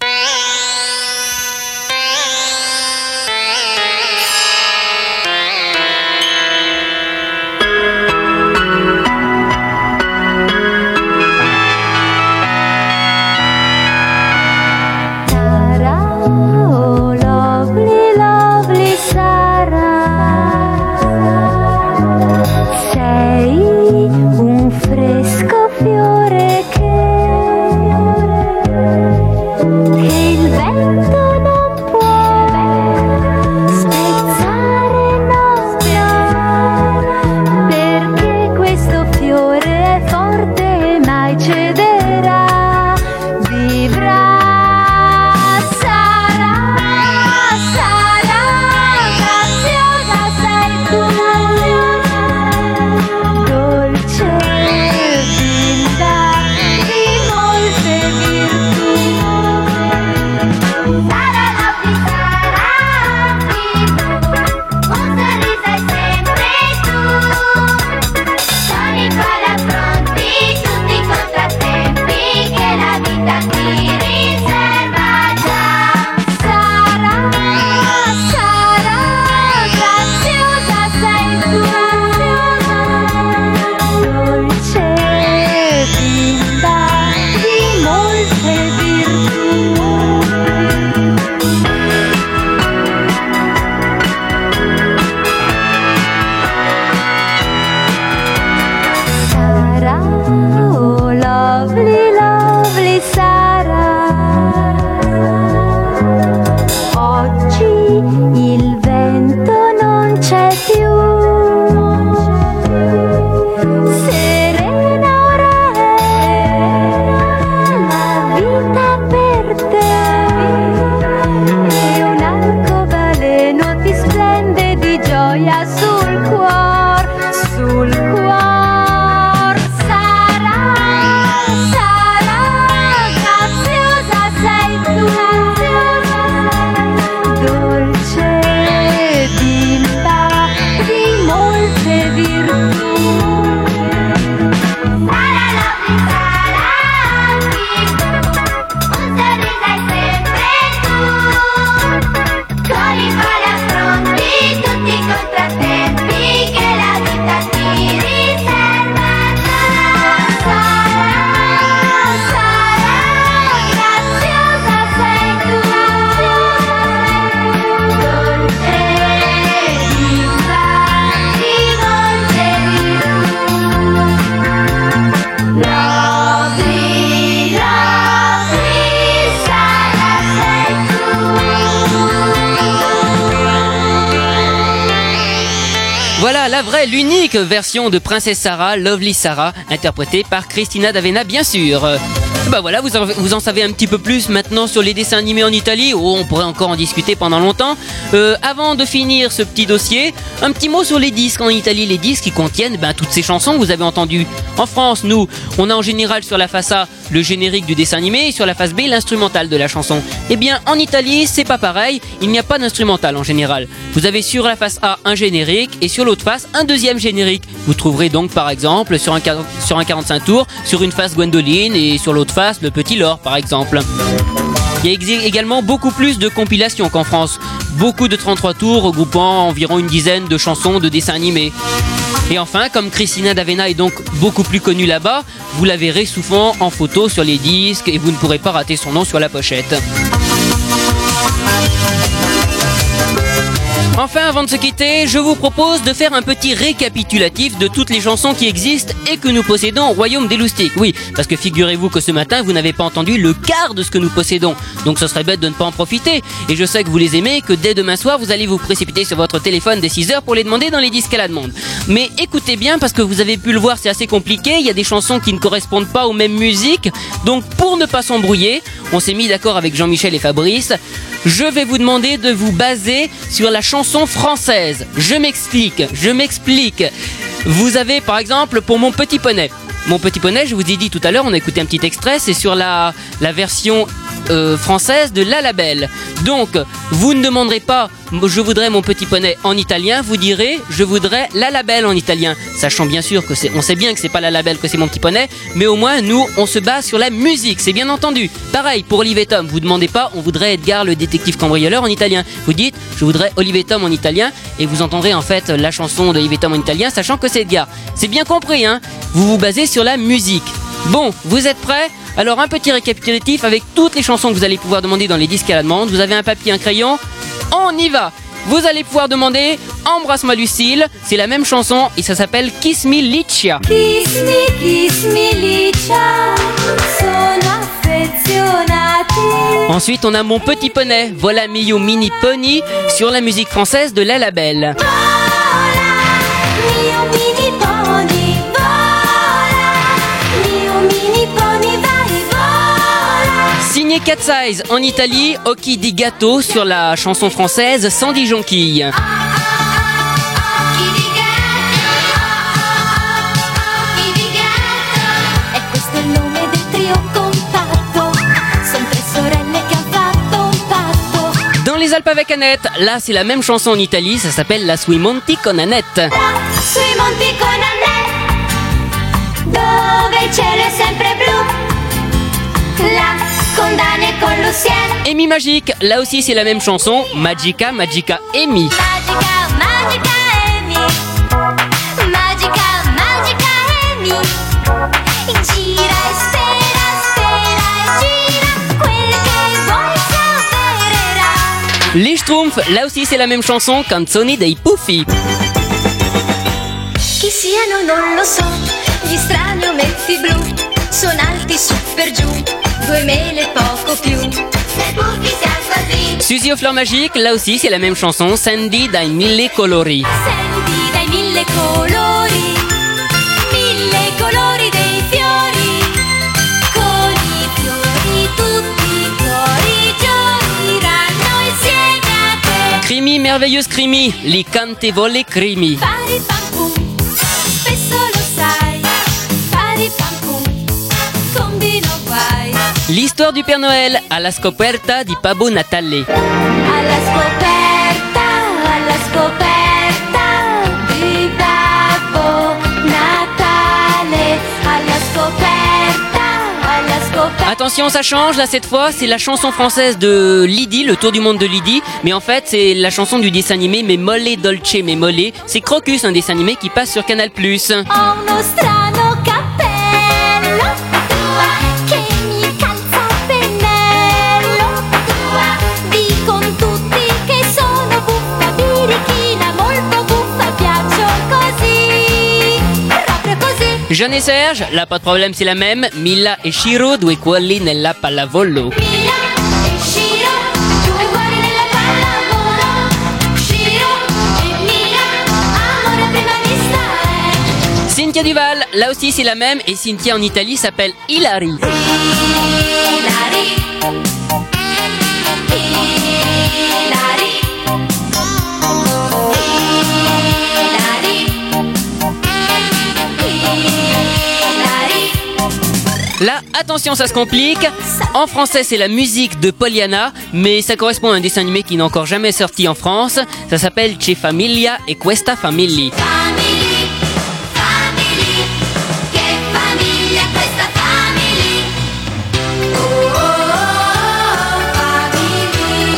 Voilà la vraie, l'unique version de Princesse Sarah, Lovely Sarah, interprétée par Cristina D'Avena bien sûr. Voilà, vous en savez un petit peu plus maintenant sur les dessins animés en Italie. Oh, on pourrait encore en discuter pendant longtemps. Avant de finir ce petit dossier, un petit mot sur les disques en Italie. Les disques qui contiennent toutes ces chansons que vous avez entendues. En France, nous, on a en général sur la face A le générique du dessin animé et sur la face B, l'instrumental de la chanson. Eh bien, en Italie, c'est pas pareil, il n'y a pas d'instrumental en général. Vous avez sur la face A un générique et sur l'autre face un deuxième générique. Vous trouverez donc par exemple sur un 45 tours, sur une face Gwendoline et sur l'autre face le petit Laure par exemple. Il y a également beaucoup plus de compilations qu'en France. Beaucoup de 33 tours regroupant environ une dizaine de chansons de dessins animés. Et enfin, comme Cristina D'Avena est donc beaucoup plus connue là-bas, vous la verrez souvent en photo sur les disques et vous ne pourrez pas rater son nom sur la pochette. Enfin, avant de se quitter, je vous propose de faire un petit récapitulatif de toutes les chansons qui existent et que nous possédons au royaume des loustiques. Oui, parce que figurez-vous que ce matin, vous n'avez pas entendu le quart de ce que nous possédons. Donc ce serait bête de ne pas en profiter. Et je sais que vous les aimez et que dès demain soir, vous allez vous précipiter sur votre téléphone dès 6h pour les demander dans les disques à la demande. Mais écoutez bien, parce que vous avez pu le voir, c'est assez compliqué. Il y a des chansons qui ne correspondent pas aux mêmes musiques. Donc pour ne pas s'embrouiller, on s'est mis d'accord avec Jean-Michel et Fabrice. Je vais vous demander de vous baser sur la chanson française. Je m'explique. Vous avez par exemple pour Mon Petit Poney. Mon Petit Poney, je vous ai dit tout à l'heure, on a écouté un petit extrait, c'est sur la version française de La Labelle. Donc, vous ne demanderez pas je voudrais Mon Petit Poney en italien, vous direz je voudrais La Labelle en italien. Sachant bien sûr que on sait bien que c'est pas La Labelle, que c'est Mon Petit Poney, mais au moins nous on se base sur la musique, c'est bien entendu. Pareil pour Olive et Tom, vous demandez pas on voudrait Edgar le détective cambrioleur en italien. Vous dites je voudrais Olive et Tom en italien et vous entendrez en fait la chanson d'Olive et Tom en italien, sachant que c'est Edgar. C'est bien compris hein. Vous vous basez sur la musique. Bon, vous êtes prêts ? Alors un petit récapitulatif avec toutes les chansons que vous allez pouvoir demander dans les disques à la demande. Vous avez un papier, un crayon. On y va. Vous allez pouvoir demander Embrasse-moi Lucille. C'est la même chanson et ça s'appelle Kiss Me Licia. Kiss me Licia, sono affezionati. Ensuite on a Mon Petit Poney, Voilà mio mini pony sur la musique française de La Labelle. Mio mini pony, vola, mio mini pony, vai, vola. Signé Cat Size en Italie, Occhi di Gatto sur la chanson française Sandy Jonquille. Occhi di gatto, E questo è il nome del trio compatto. Son tre sorelle che han fatto un patto. Dans les Alpes avec Annette, là c'est la même chanson en Italie, ça s'appelle La Sui Monti con Annette. sui monti con Annette, dove il cielo è sempre blu, là con Dane e con Lucien. Amy Magique, là aussi c'est la même chanson, Magica, Magica Amy. Magica, magica Amy, magica, magica Amy, gira e spera, spera e gira, quel che vuoi s'avvererà. Les Schtroumpfs, là aussi c'est la même chanson, Canzoni dei Puffi. Chi siano non lo so, gli strani ometti blu. Sono alti su per giù, 2 mele poco più. Se Puffi sia così, Suzy aux Fleurs Magiques, là aussi c'est la même chanson, Sandy dai Mille Colori. Senti dai 1000 colori, 1000 colori dei fiori. Con i fiori tutti i cuori gioiranno insieme a te. Crimi, merveilleuse Crimi, li cantevole Crimi. Pari pam pum, spesso lo sai. Pari pam pum, combino guai. L'histoire du Père Noël, alla scoperta di Babbo Natale. Alla scoperta di Babbo Natale. Alla scoperta. Attention, ça change, là cette fois c'est la chanson française de Lydie, le tour du monde de Lydie. Mais en fait c'est la chanson du dessin animé Mais Molle Dolce Me Molle. C'est Crocus, un dessin animé qui passe sur Canal+. Ho uno strano cappello che mi calza a pennello. Dicono tutti che sono buffa, birichina, molto buffa, piaccio così, proprio così. Jeanne et Serge, là pas de problème, c'est la même. Milla et Shiro, due quelli nella pallavolo. Mila e Shiro, 2 cuori nella pallavolo. Shiro e Mila, amore a prima vista è. Cynthia Duval, là aussi c'est la même. Et Cynthia en Italie s'appelle Hilary. Hilary, Hilary, Hilary. Là, attention, ça se complique. En français, c'est la musique de Pollyanna, mais ça correspond à un dessin animé qui n'a encore jamais sorti en France. Ça s'appelle Che Famiglia e Questa Famiglia. Family, family, che famiglia questa family. Oh, oh, oh, family.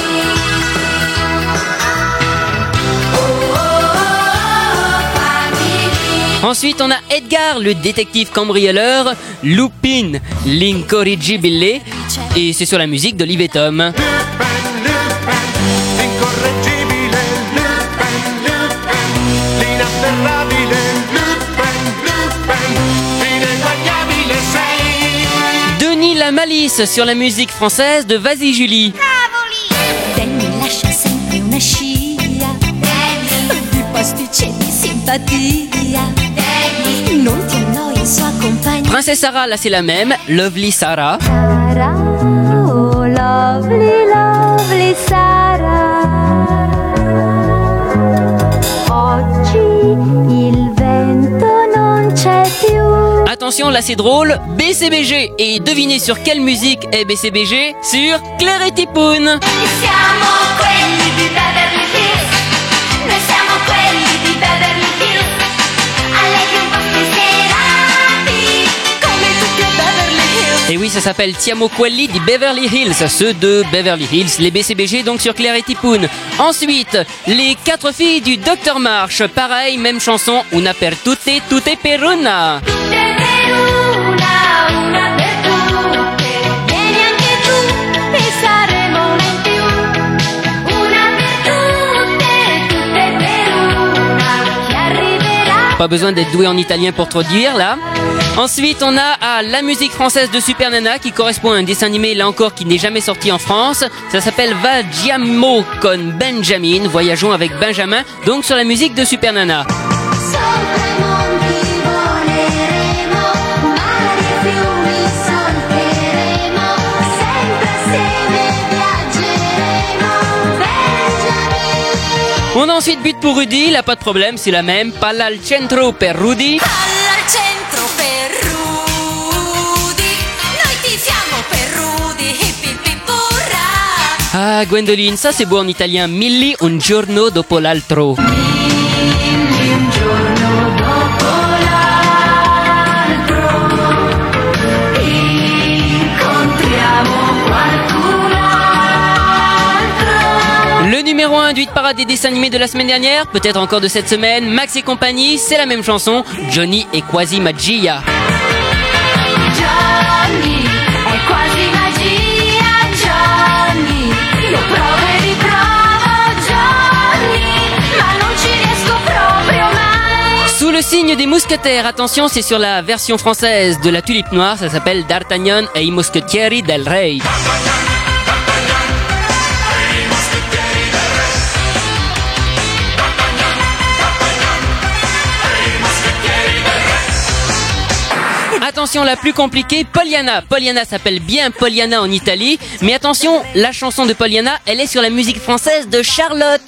Oh, oh, oh, family. Ensuite, on a Edgar, le détective cambrioleur, Lupin, l'incorrigibile, et c'est sur la musique d'Olive et Tom. Lupin, incorreggibile, Lupin, l'inafferrabile, Lupin, ineguagliabile sei. Denis la malice sur la musique française de Vas-y Julie. Lei mi lascia sempre una scia di pasticci e di simpatia. Non ti annoi in sua compagnia. Princesse Sarah, là c'est la même, Lovely Sarah. Sarah, oh lovely, lovely Sarah. Oggi il vento non c'è più. Attention, là c'est drôle, BCBG. Et devinez sur quelle musique est BCBG? Sur Claire et Tipoun. Siamo quelli di Beverly Hills. Noi siamo quelli di Beverly Hills. Allegri un po' spensierati, come tutti a Beverly Hills. Et oui, ça s'appelle Tiamo Quelli di Beverly Hills, ceux de Beverly Hills, les BCBG donc sur Claire et Tipoun. Ensuite, les 4 filles du Dr March, pareil, même chanson, una per tutte, tutte per una. Tutte per una per tutte. Vieni anche tu e saremo una in più. Una per tutte, tutte per una. Chi arriverà? Pas besoin d'être doué en italien pour traduire là. Ensuite, on a la musique française de Super Nana qui correspond à un dessin animé là encore qui n'est jamais sorti en France. Ça s'appelle Viaggiamo con Benjamin, voyageons avec Benjamin, donc sur la musique de Super Nana. Sopra i monti voleremo, mari e fiumi solcheremo, sempre assieme viaggeremo, Benjamin. On a ensuite But pour Rudy, là pas de problème, c'est la même. Palla al centro per Rudy. Palla al centro per Rudy. Noi tifiamo per Rudy. Hip hip hip hurra. Ah, Gwendoline, ça c'est beau en italien. Milli un giorno dopo l'altro. Un giorno dopo l'altro incontriamo qualcun altro. Le numéro 1 du hit parade des dessins animés de la semaine dernière, peut-être encore de cette semaine, Max et compagnie, c'est la même chanson, Johnny et Quasi Magia. Johnny è quasi magia, Johnny lo provo e riprovo, Johnny, ma non ci riesco proprio mai. Sous le signe des mousquetaires, attention, c'est sur la version française de la Tulipe Noire, ça s'appelle D'Artagnan et i Moschettieri del Rey. Attention, la plus compliquée, Pollyanna. Pollyanna s'appelle bien Pollyanna en Italie, mais attention, la chanson de Pollyanna, elle est sur la musique française de Charlotte.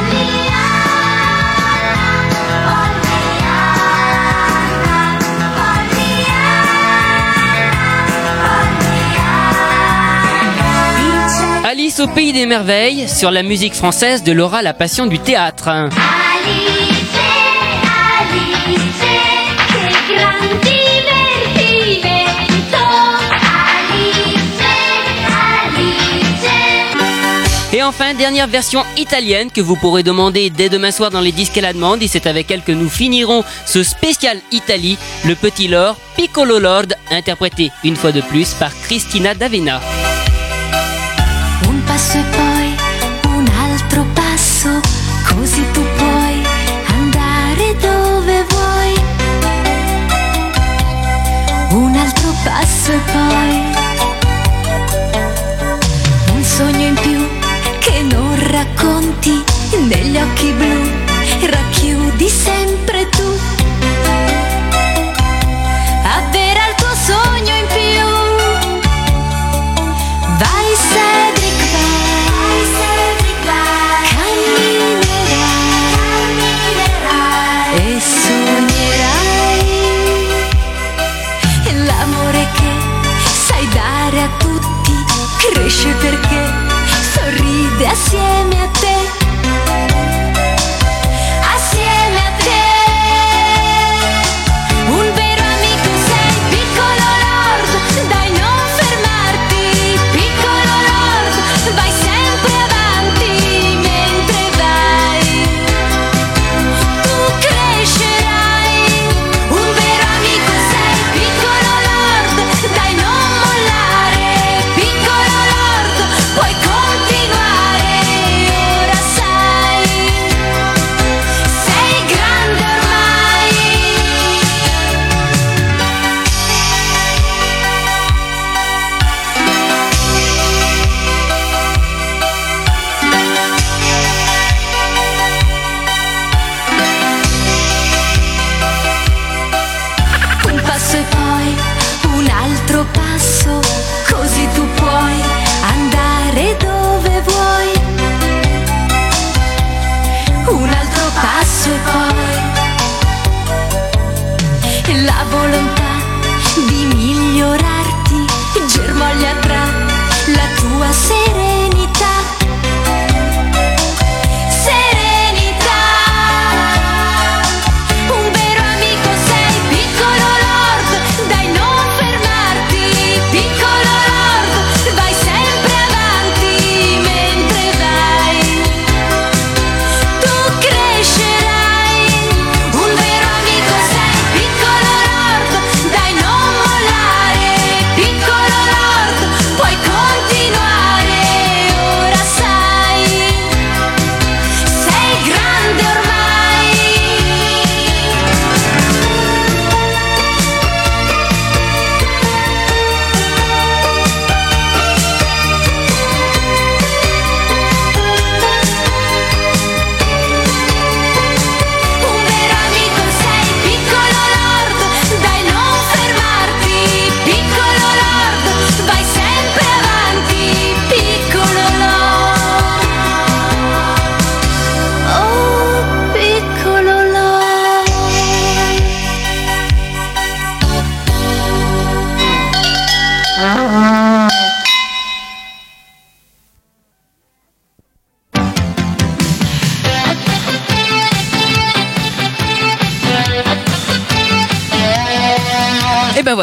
Alice au pays des merveilles, sur la musique française de Laura la passion du théâtre. Alice, Alice, che gran divertimento. Alice, Alice. Et enfin, dernière version italienne que vous pourrez demander dès demain soir dans les disques à la demande. Et c'est avec elle que nous finirons ce spécial Italie, le petit Lord, Piccolo Lord, interprété une fois de plus par Cristina D'Avena. Un passo e poi un altro passo, così tu puoi andare dove vuoi. Un altro passo e poi un sogno in più che non racconti negli occhi blu, racchiudi sempre tu. Avvera il tuo sogno in più. Vai Cedric, vai, camminerai e sognerai l'amore che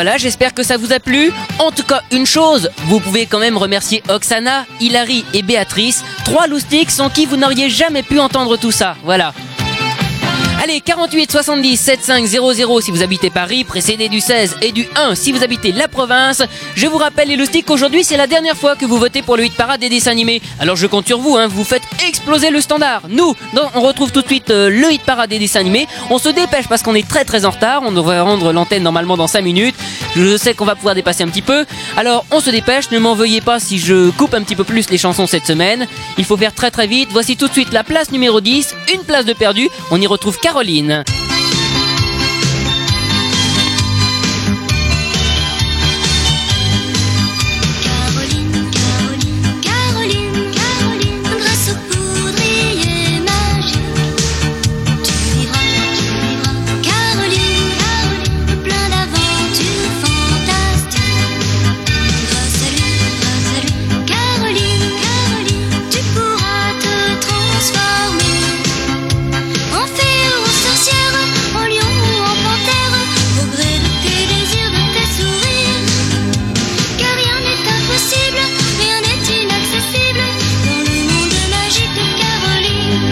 Voilà, j'espère que ça vous a plu. En tout cas, une chose, vous pouvez quand même remercier Oksana, Hilary et Béatrice, 3 loustiques sans qui vous n'auriez jamais pu entendre tout ça. Voilà. Allez, 48 70 75 00 si vous habitez Paris, précédé du 16 et du 1 si vous habitez la province. Je vous rappelle les loustiques, aujourd'hui c'est la dernière fois que vous votez pour le hit parade des dessins animés. Alors je compte sur vous, vous faites exploser le standard. Nous, on retrouve tout de suite le hit parade des dessins animés. On se dépêche parce qu'on est très en retard. On devrait rendre l'antenne normalement dans 5 minutes. Je sais qu'on va pouvoir dépasser un petit peu. Alors on se dépêche, ne m'en veuillez pas si je coupe un petit peu plus les chansons cette semaine. Il faut faire très vite. Voici tout de suite la place numéro 10, une place de perdu. On y retrouve Caroline. Grâce au poudrier magique, tu vivras, Caroline, plein d'aventures fantastiques. Grâce à lui, Caroline, tu pourras te transformer en fée ou en sorcière, en lion ou en panthère, au gré de tes désirs, de tes sourires. Car rien n'est impossible, rien n'est inaccessible dans le monde magique de Caroline.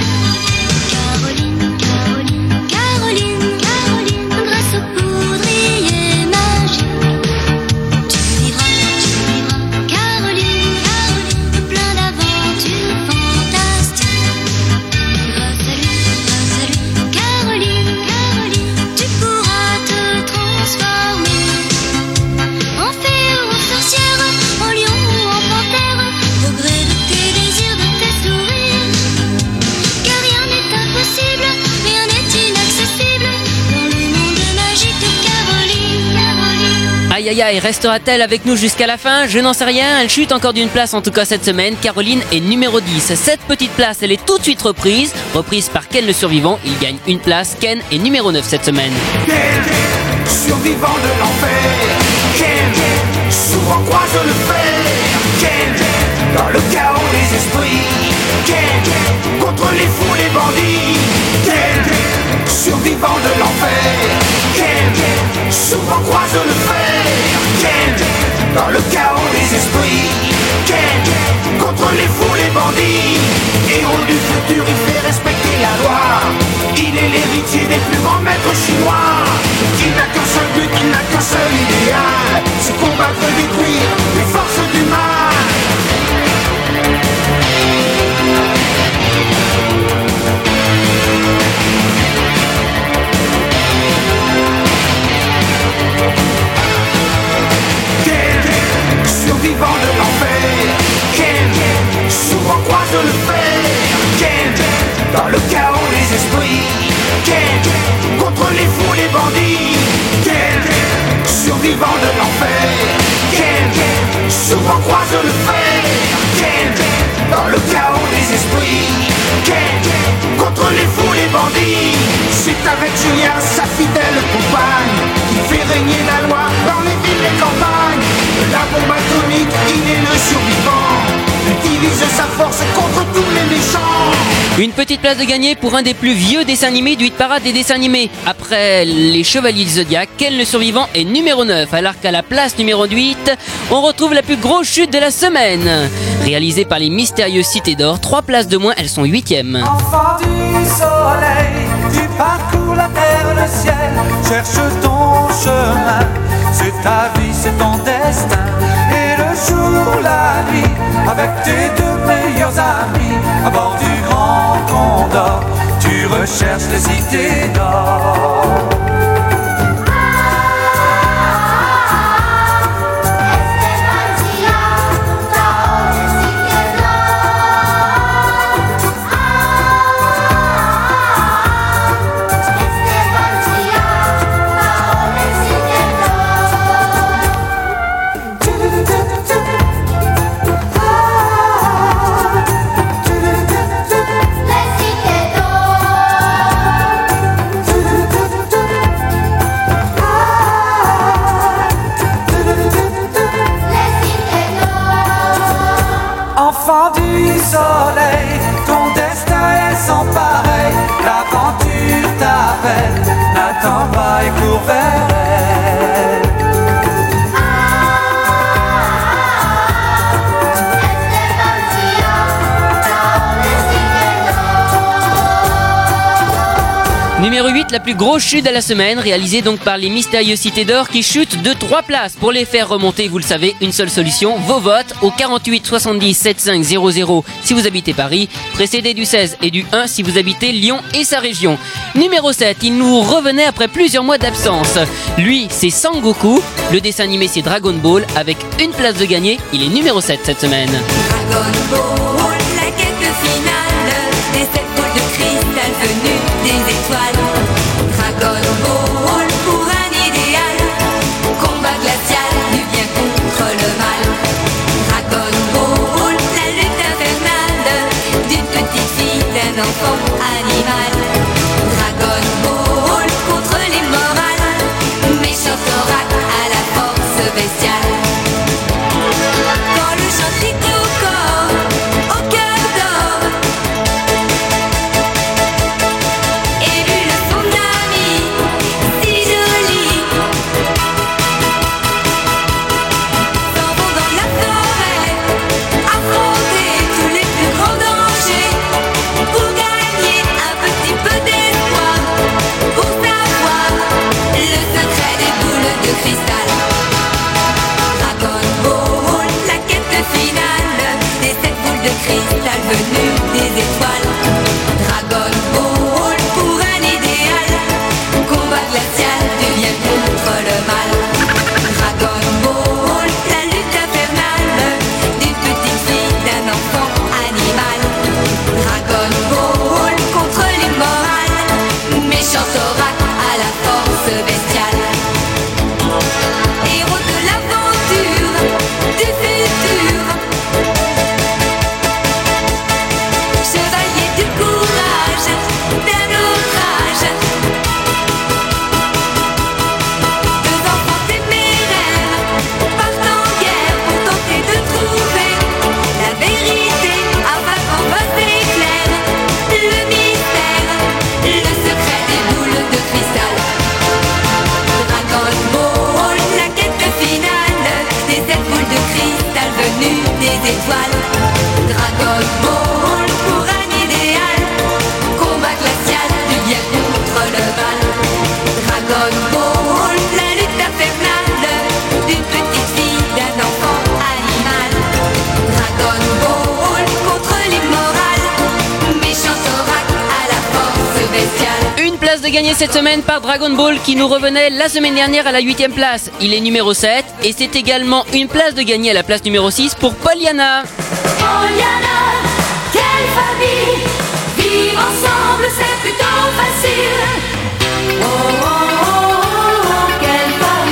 Caroline, grâce au poudrier magique, tu vivras, Caroline, plein d'aventures fantastiques. Grâce à lui, Caroline, tu pourras te transformer en fée ou en sorcière, en lion ou en panthère, au gré de tes désirs, de tes sourires. Car rien n'est impossible, rien n'est inaccessible dans le monde magique de Caroline. Aïe, restera-t-elle avec nous jusqu'à la fin? Je n'en sais rien, elle chute encore d'une place en tout cas cette semaine. Caroline est numéro 10. Cette petite place, elle est tout de suite reprise par Ken le survivant. Il gagne une place, Ken est numéro 9 cette semaine. Ken, survivant de l'enfer. Ken, souvent croise le fer. Ken, dans le chaos des esprits. Ken, contre les fous, les bandits. Ken, survivant de l'enfer. Ken, souvent croise le fer. Ken, dans le chaos des esprits. Ken, contre les fous, les bandits. Héros du futur, il fait respecter la loi. Il est l'héritier des plus grands maîtres chinois. Il n'a qu'un seul but, il n'a qu'un seul idéal, c'est combattre et détruire les forces du mal. Ken, survivant de l'enfer. Ken, souvent croise le fer. Ken, dans le chaos des esprits. Ken, contre les fous, les bandits. Ken, survivant de l'enfer. Ken, souvent croise le fer. Ken, dans le chaos des esprits. Ken, contre les fous, les bandits. C'est avec Julien, sa fidèle compagne, qui fait régner la loi dans les villes et campagnes. La bombe atomique, il est le survivant. Il divise sa force contre tous les méchants. Une petite place de gagné pour un des plus vieux dessins animés du hit parade des dessins animés. Après les Chevaliers du Zodiac, Ken le survivant est numéro 9, alors qu'à la place numéro 8, on retrouve la plus grosse chute de la semaine. Réalisée par les mystérieuses Cités d'Or, 3 places de moins, elles sont 8e. Enfant du soleil, tu parcours la terre, le ciel, cherche ton chemin. C'est ta vie, c'est ton destin. Et le jour, la nuit, avec tes 2 meilleurs amis, à bord du Grand Condor, tu recherches les cités d'or. Numéro 8, la plus grosse chute de la semaine, réalisée donc par les Mystérieux Cités d'Or qui chutent de 3 places. Pour les faire remonter, vous le savez, une seule solution, vos votes au 48 70 75 00 si vous habitez Paris, précédé du 16 et du 1 si vous habitez Lyon et sa région. Numéro 7, il nous revenait après plusieurs mois d'absence. Lui, c'est Sangoku, le dessin animé c'est Dragon Ball, avec une place de gagné, il est numéro 7 cette semaine. Dragon Ball, la quête finale des 7 boules de cristal venues des étoiles. Dragon Ball pour un idéal, combat glacial du bien contre le mal. Dragon Ball, la lutte infernale d'une petite fille, d'un enfant animal. Dragon Ball contre l'immoral, méchant oracle à la force bestiale. Quand le chant pique au corps, au cœur d'or, et vu le son ami, si joli, s'en vont dans la forêt, affronter tous les plus grands dangers, pour gagner un petit peu d'espoir, pour savoir le secret des boules de cristal. Dragon Ball, la quête finale des 7 boules de cristal venues des étoiles. Dragon Ball pour un idéal, combat glacial du bien contre le mal. Dragon Ball, la lutte infernale d'une petite fille, d'un enfant animal. Dragon Ball contre l'immoral, méchant oracle à la force bestiale. Héros de l'aventure, du futur, chevalier du courage, d'un autre âge. Deux enfants téméraires partent en guerre pour tenter de trouver la vérité afin qu'en bas s'éclaire le mystère, le secret des boules de cristal. Dragon Ball, la quête finale des 7 boules de cristal venues des étoiles. Dragon Ball pour un idéal, combat glacial du bien contre le mal. Dragon Ball, la lutte infernale d'une petite fille, d'un enfant animal. Dragon Ball contre l'immoral, méchant oracle à la force bestiale. Une place de gagné cette semaine par Dragon Ball qui nous revenait la semaine dernière à la 8ème place. Il est numéro 7 et c'est également une place de gagné à la place numéro 6 pour Pollyanna. Pollyanna, quelle famille, vivre ensemble c'est plutôt facile. Oh, oh, oh, oh, quelle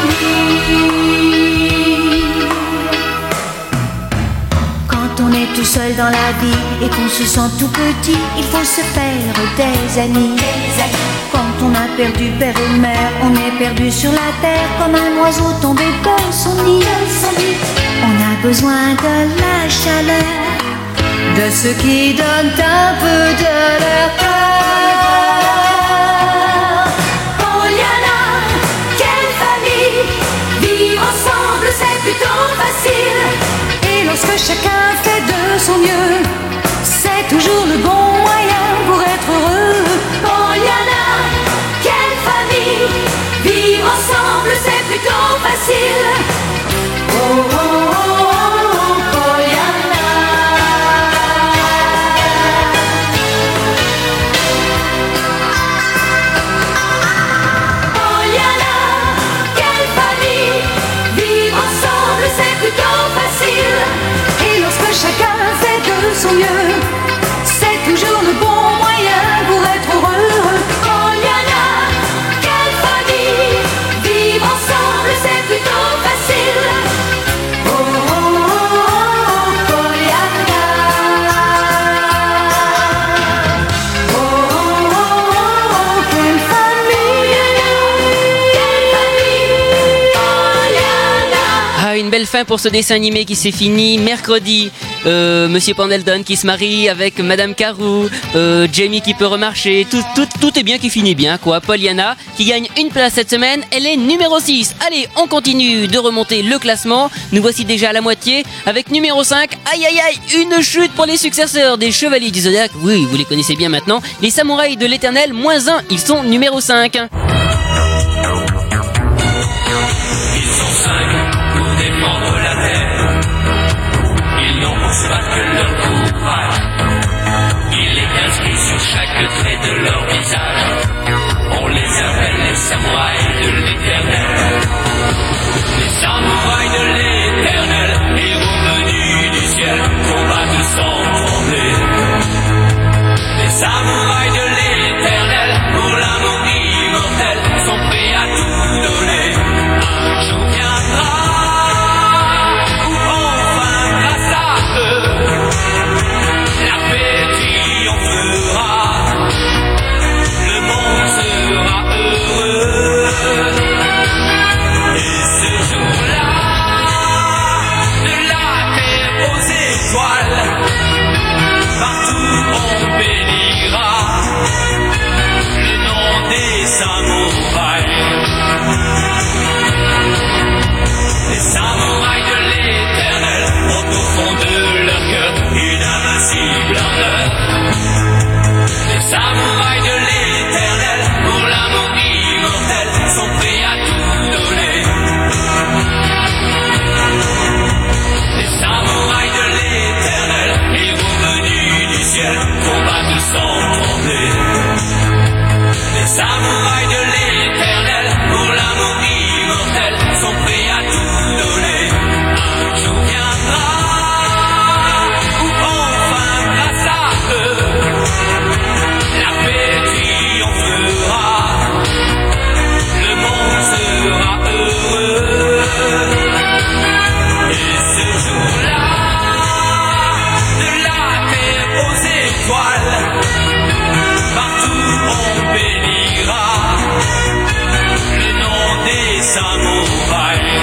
famille. Quand on est tout seul dans la vie et qu'on se sent tout petit, il faut se faire des amis. Quand on a perdu père et mère, on est perdu sur la terre comme un oiseau tombé de son nid. On a besoin de la chaleur de ceux qui donnent un peu de leur cœur. Pollyanna, quelle famille, vivre ensemble c'est plutôt facile. Et lorsque chacun fait de son mieux, c'est toujours le bon moyen pour être heureux. Pollyanna, quelle famille, vivre ensemble c'est plutôt facile. Oh, oh, oh, oh, Pollyanna. Pollyanna, quelle famille, vivre ensemble c'est plutôt facile. Et lorsque chacun fait de son mieux, c'est toujours le bon moyen pour être heureux. Pollyanna, quelle famille, vivre ensemble c'est plutôt facile. Voilà, une belle fin pour ce dessin animé qui s'est fini mercredi. Monsieur Pendleton qui se marie avec Madame Carou, Jamie qui peut remarcher, tout est bien qui finit bien quoi. Pollyanna qui gagne une place cette semaine, elle est numéro 6. Allez, on continue de remonter le classement. Nous voici déjà à la moitié avec numéro 5. Aïe aïe aïe, une chute pour les successeurs des Chevaliers du Zodiac. Oui, vous les connaissez bien maintenant. Les Samouraïs de l'Éternel, moins 1, ils sont numéro 5. Ils sont 5 pour défendre la terre. Ils n'ont pour se battre que leur courage. Il est inscrit sur chaque trait de leur visage. On les appelle les samouraïs de l'Éternel. Les samouraïs de l'Éternel, héros venus du ciel, combattent sans trembler. Les samouraïs de l'Éternel, pour l'amour immortel, sont prêts à tout donner. Un jour viendra où enfin, grâce à eux, la paix triomphera. Le monde sera heureux. Et ce jour-là, de la terre aux étoiles, partout on bénira le nom des samouraïs. Les samouraïs de l'Éternel ont au fond de leur cœur une invincible ardeur. Les samouraïs de l'Éternel, pour l'amour immortel, sont prêts à tout donner. Les samouraïs de l'Éternel, héros venus du ciel, combattent sans trembler. Les samouraïs de l'Éternel, pour l'amour immortel, sont prêts à tout donner. Un jour viendra où enfin, grâce à eux, la paix triomphera. Le monde sera heureux. Et ce jour-là, de la terre aux étoiles, partout on bénira le nom des samouraïs.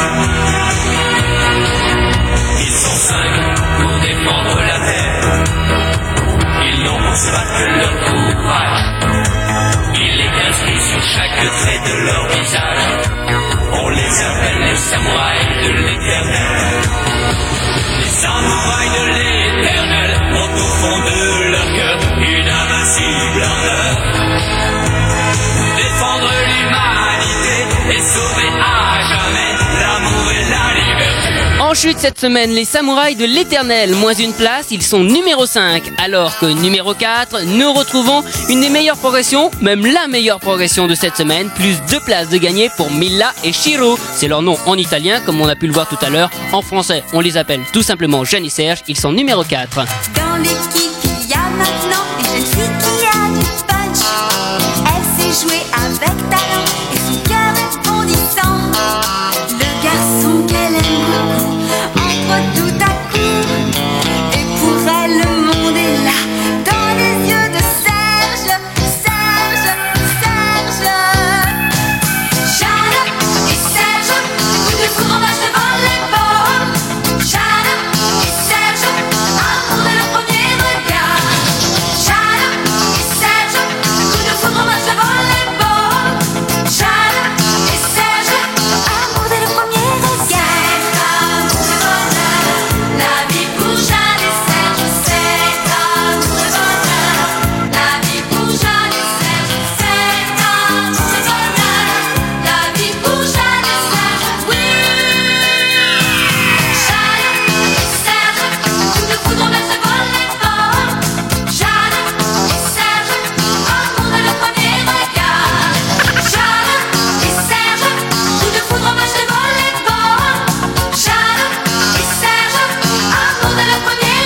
Ils sont 5 pour défendre la terre. Ils n'ont pour se battre que leur courage. Il est inscrit sur chaque trait de leur visage. On les appelle les samouraïs de l'Éternel. Les samouraïs de l'Éternel ont au fond de leur cœur une invincible ardeur. Défendre l'humanité et sauver à jamais l'amour et la liberté. En chute cette semaine, les Samouraïs de l'Éternel, moins une place, ils sont numéro 5. Alors que numéro 4, nous retrouvons une des meilleures progressions, même la meilleure progression de cette semaine, plus 2 places de gagné pour Milla et Shiro. C'est leur nom en italien, comme on a pu le voir tout à l'heure. En français, on les appelle tout simplement Jeanne et Serge, ils sont numéro 4. Dans l'équipe, il y a maintenant une jeune fille qui a du punch. Elle sait jouer avec talent et son cœur est bondissant. Le garçon qu'elle aime beaucoup entre tout à coup. Et pour elle, le monde est là, dans les yeux de Serge. Serge, Serge. Jeanne et Serge, coup de foudre en match devant les bords. Jeanne et Serge, amour dès le premier regard. Jeanne et Serge, coup de foudre en match devant les bords. Jeanne et Serge, amour dès le premier regard. C'est amour de bonheur, la vie pour Jeanne et Serge. C'est amour de bonheur, la vie pour Jeanne et Serge. C'est amour de bonheur, la vie pour Jeanne et Serge. Oui. Jeanne et Serge, coup de foudre en match devant les bords. Jeanne et Serge, amour dès le premier regard. Jeanne et Serge, coup de foudre en match devant les bords. Jeanne et Serge, amour dès le premier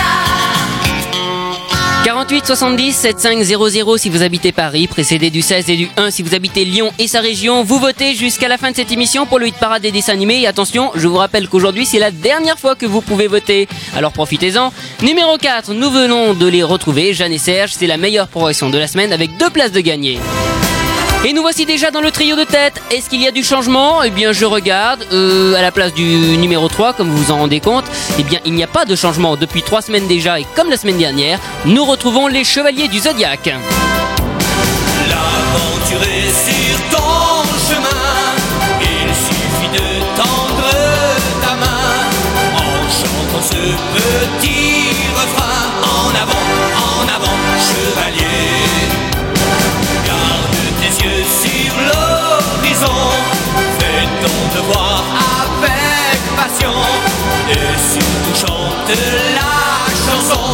regard. 48 70 75 00 si vous habitez Paris, précédé du 16 et du 1 si vous habitez Lyon et sa région. Vous votez jusqu'à la fin de cette émission pour le hit parade des dessins animés. Et attention, je vous rappelle qu'aujourd'hui c'est la dernière fois que vous pouvez voter. Alors profitez-en. Numéro 4, nous venons de les retrouver. Jeanne et Serge, c'est la meilleure progression de la semaine avec 2 places de gagné. Et nous voici déjà dans le trio de tête. Est-ce qu'il y a du changement? Eh bien, je regarde. À la place du numéro 3, comme vous vous en rendez compte, eh bien, il n'y a pas de changement. Depuis 3 semaines déjà, et comme la semaine dernière, nous retrouvons les Chevaliers du Zodiaque. L'aventure est sur ton chemin, il suffit de tendre ta main en chantant ce petit refrain. En avant, chevalier. Garde tes yeux sur l'horizon, fais ton devoir avec passion et surtout chante la chanson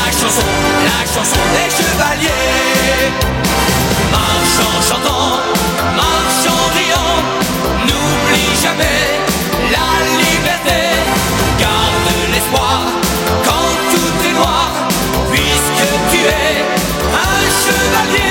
des chevaliers. Marche en chantant, marche en riant, n'oublie jamais la liberté, garde l'espoir quand tout est noir, puisque tu es un chevalier.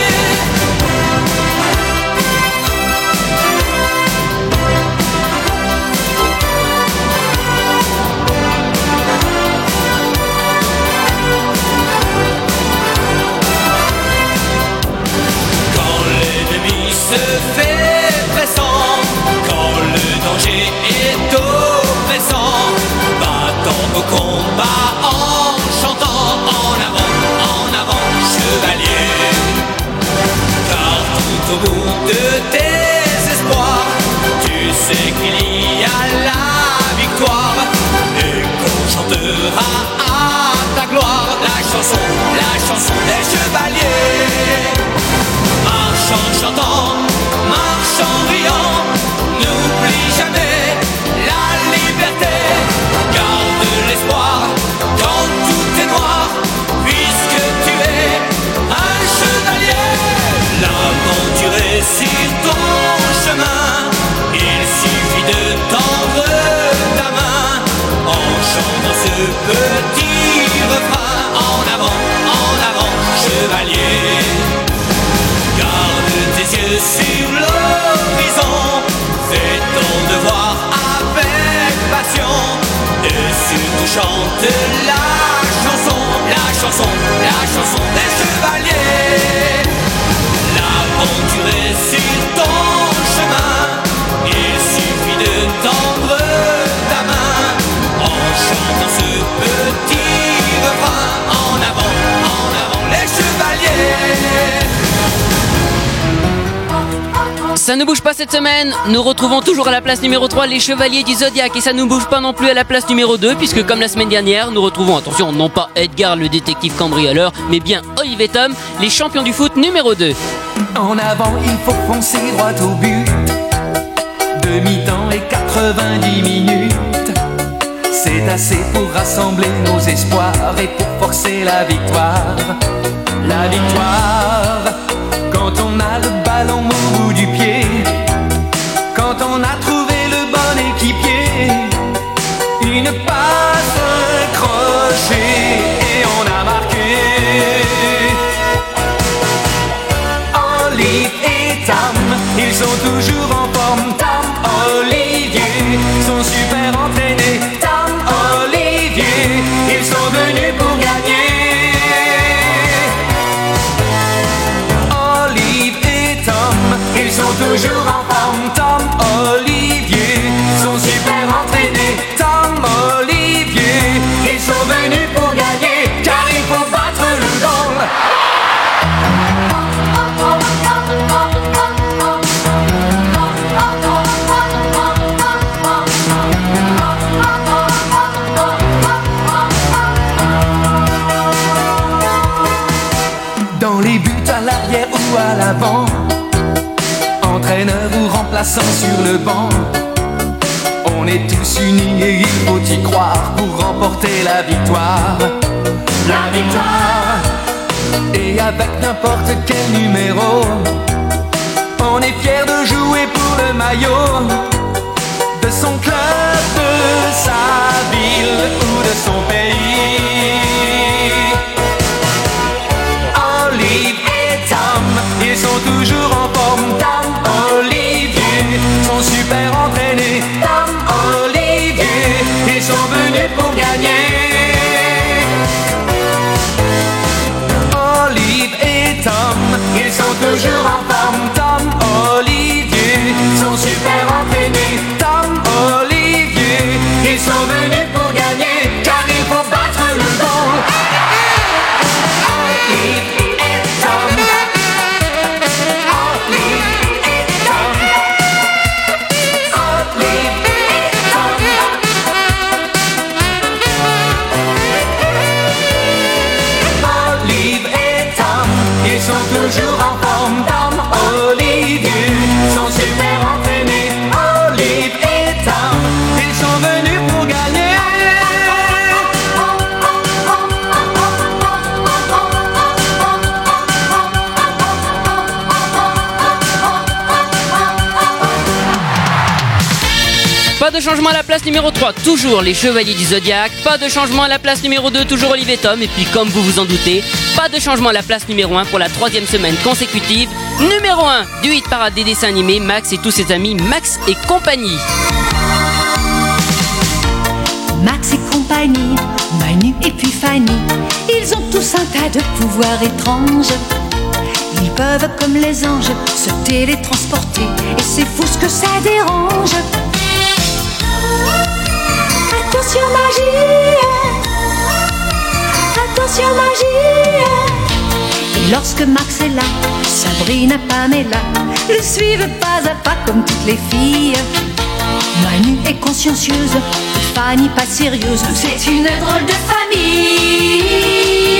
Se fait pressant, quand le danger est oppressant, battant au combat en chantant en avant, chevalier. Car tout au bout de tes espoirs, tu sais qu'il y a la victoire et qu'on chantera à ta gloire la chanson des chevaliers. Marche en chantant, marche en riant, n'oublie jamais la liberté, garde l'espoir quand tout est noir, puisque tu es un chevalier. L'aventure est sur ton chemin, il suffit de tendre ta main en chantant ce petit refrain. En avant, chevalier. Garde tes yeux sur l'horizon, fais ton devoir avec passion et surtout chante la chanson des chevaliers. L'aventure est sur ton chemin, il suffit de tendre ta main en chantant ce petit refrain. En avant, les chevaliers. Ça ne bouge pas cette semaine, nous retrouvons toujours à la place numéro 3 les Chevaliers du Zodiaque et ça ne bouge pas non plus à la place numéro 2 puisque comme la semaine dernière, nous retrouvons, attention, non pas Edgar le détective cambrioleur, mais bien Olivier Tom, les champions du foot numéro 2. En avant, il faut foncer droit au but. Demi-temps et 90 minutes. C'est assez pour rassembler nos espoirs et pour forcer la victoire. La victoire, quand on a le ballon au bout du pied, quand on a trouvé le bon équipier, une passe, un crochet et on a marqué. Olive et Tam, ils sont toujours en forme. Tam, Olivier, sont super entraînés. Tam, Olivier, ils sont venus pour gagner. Ils sont toujours en forme. Tom, Olivier sont super entraînés. Tom, Olivier, ils sont venus pour gagner, car il faut battre le goal. Dans les buts à l'arrière ou à l'avant, entraîneur ou remplaçant sur le banc, on est tous unis et il faut y croire pour remporter la victoire. La victoire. Et avec n'importe quel numéro, on est fiers de jouer pour le maillot de son club, de sa ville ou de son pays. Olive et Tom, ils sont toujours en forme. Tom, Olivier, sont super entraînés. Tom, Olivier, ils sont venus pour gagner. Olive et Tom, ils sont toujours en forme. Tom, sont venus pour gagner, car il faut battre le vent. Olive et Tom. Olive et Tom. Olive et Tom. Olive et Tom, ils sont toujours en forme. Tom, Olivier sont super entraînés. Olive et Tom, ils sont venus pour gagner. Pas de changement à la place numéro 3, toujours les Chevaliers du Zodiaque. Pas de changement à la place numéro 2, toujours Olive et Tom. Et puis comme vous vous en doutez, pas de changement à la place numéro 1 pour la 3e semaine consécutive. Numéro 1 du hit parade des dessins animés, Max et tous ses amis, Max et compagnie. Max et compagnie, Manu et puis Fanny, ils ont tous un tas de pouvoirs étranges. Ils peuvent, comme les anges, se télétransporter, et c'est fou ce que ça dérange. Attention magie, attention magie. Et lorsque Max est là, Sabrina, Pamela le suivent pas à pas comme toutes les filles. Manu est consciencieuse, Fanny pas sérieuse, c'est une drôle de famille.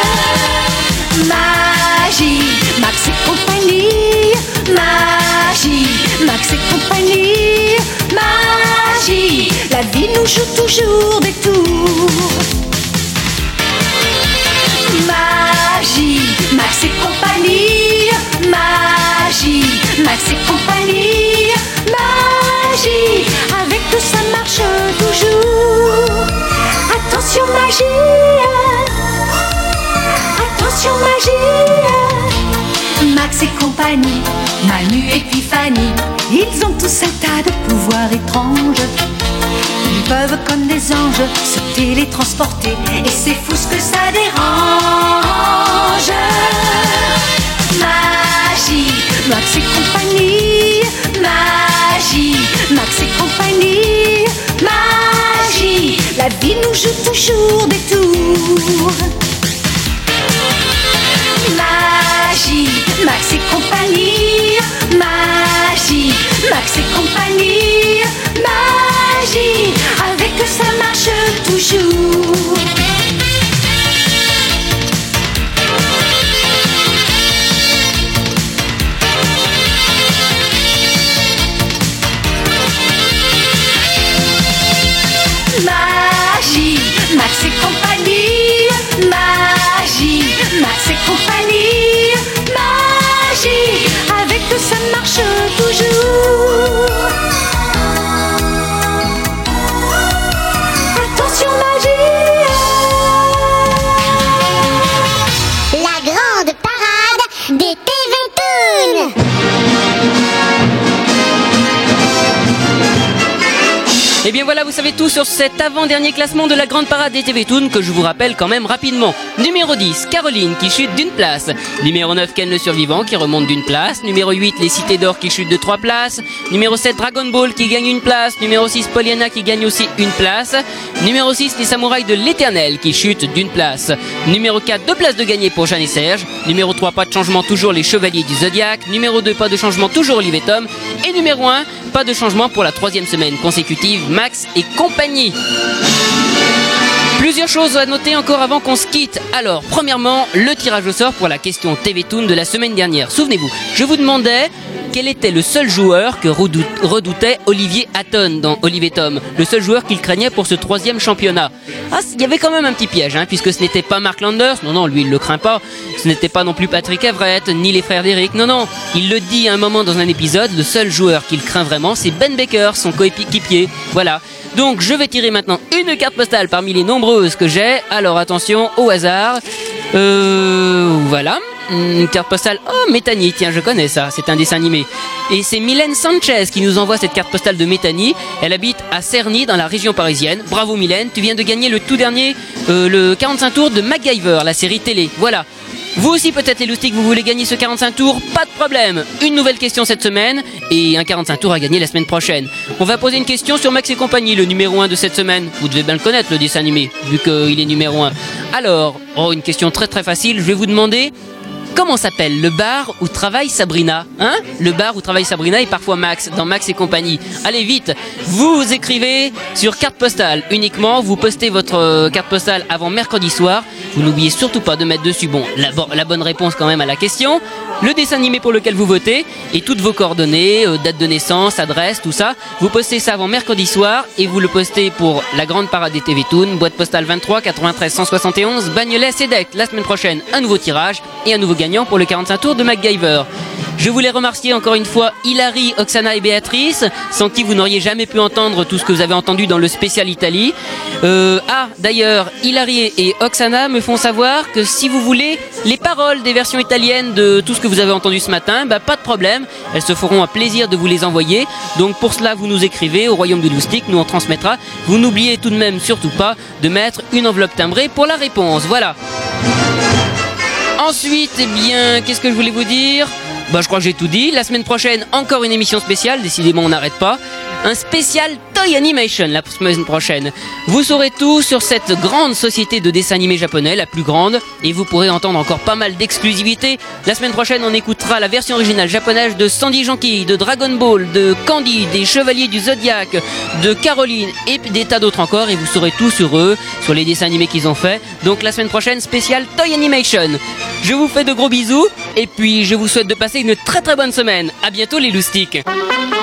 Magie, Max et compagnie. Magie, Max et compagnie. Magie, la vie nous joue toujours des tours. Magie, Max et compagnie. Magie, Max et compagnie. Magie, avec eux ça marche toujours. Attention magie, attention magie. Max et compagnie, Manu et puis Fanny, ils ont tous un tas de pouvoirs étranges. Ils peuvent comme des anges se télétransporter, et c'est fou ce que ça dérange. Magie, Max et compagnie. Magie, Max et compagnie. Magie, la vie nous joue toujours des tours. Magie, Max et compagnie. Magie, Max et compagnie. Magie, avec eux ça marche toujours. Magie, Max et compagnie. Magie, Max et compagnie. Magie, avec eux ça marche toujours. Attention magie. La grande parade des TV Toons. Et bien voilà, vous savez tout sur cet avant-dernier classement de la grande parade des TV Toons que je vous rappelle quand même rapidement. Numéro 10, Caroline qui chute d'une place. Numéro 9, Ken le survivant qui remonte d'une place. Numéro 8, les Cités d'Or qui chutent de 3 places. Numéro 7, Dragon Ball qui gagne une place. Numéro 6, Pollyanna qui gagne aussi une place. Numéro 6, les Samouraïs de l'Éternel qui chutent d'une place. Numéro 4, 2 places de gagné pour Jeanne et Serge. Numéro 3, pas de changement, toujours les Chevaliers du Zodiaque. Numéro 2, pas de changement, toujours Olive et Tom. Et numéro 1, pas de changement pour la 3e semaine consécutive, Max et compagnie. Plusieurs choses à noter encore avant qu'on se quitte. Alors, premièrement, le tirage au sort pour la question TV Toon de la semaine dernière. Souvenez-vous, je vous demandais quel était le seul joueur que redoutait Olivier Hatton dans Olive et Tom, le seul joueur qu'il craignait pour ce 3e championnat. Ah, il y avait quand même un petit piège, puisque ce n'était pas Mark Landers, non, lui il le craint pas, ce n'était pas non plus Patrick Everett, ni les frères d'Eric, non, il le dit à un moment dans un épisode, le seul joueur qu'il craint vraiment, c'est Ben Baker, son coéquipier, voilà. Donc je vais tirer maintenant une carte postale parmi les nombreuses que j'ai, alors attention, au hasard, voilà. Une carte postale, oh Métanie, tiens je connais ça, c'est un dessin animé. Et c'est Mylène Sanchez qui nous envoie cette carte postale de Métanie. Elle habite à Cerny dans la région parisienne. Bravo Mylène, tu viens de gagner le tout dernier, le 45 tours de MacGyver, la série télé. Voilà, Vous aussi peut-être les loustiques, vous voulez gagner ce 45 tours, pas de problème. Une nouvelle question cette semaine et un 45 tours à gagner la semaine prochaine. On va poser une question sur Max et compagnie, le numéro 1 de cette semaine. Vous devez bien le connaître, le dessin animé, vu qu'il est numéro 1. Alors, une question très très facile, je vais vous demander... Comment s'appelle le bar où travaille Sabrina? Hein? Le bar où travaille Sabrina et parfois Max, dans Max et compagnie. Allez vite, vous écrivez sur carte postale uniquement, vous postez votre carte postale avant mercredi soir. Vous n'oubliez surtout pas de mettre dessus, la bonne réponse quand même à la question, le dessin animé pour lequel vous votez et toutes vos coordonnées, date de naissance, adresse, tout ça. Vous postez ça avant mercredi soir et vous le postez pour la grande parade des TV Toon, boîte postale 23 93 171, Bagnolet Cédec. La semaine prochaine, un nouveau tirage et un nouveau gagnant pour le 45 tours de MacGyver. Je voulais remercier encore une fois Hilary, Oksana et Béatrice, sans qui vous n'auriez jamais pu entendre tout ce que vous avez entendu dans le spécial Italie. D'ailleurs, Hilary et Oksana me font savoir que si vous voulez les paroles des versions italiennes de tout ce que vous avez entendu ce matin, pas de problème, elles se feront un plaisir de vous les envoyer. Donc pour cela, vous nous écrivez au Royaume du Loustic, nous on transmettra. Vous n'oubliez tout de même surtout pas de mettre une enveloppe timbrée pour la réponse. Voilà. Ensuite, qu'est-ce que je voulais vous dire ? Je crois que j'ai tout dit. La semaine prochaine, encore une émission spéciale. Décidément, on n'arrête pas. Un spécial Toy Animation la semaine prochaine. Vous saurez tout sur cette grande société de dessin animé japonais, la plus grande, et vous pourrez entendre encore pas mal d'exclusivités. La semaine prochaine, on écoutera la version originale japonaise de Sandy Janky, de Dragon Ball, de Candy, des Chevaliers du Zodiac, de Caroline et des tas d'autres encore, et vous saurez tout sur eux, sur les dessins animés qu'ils ont fait. Donc la semaine prochaine, spécial Toy Animation. Je vous fais de gros bisous, et puis je vous souhaite de passer une très très bonne semaine. À bientôt les loustiques.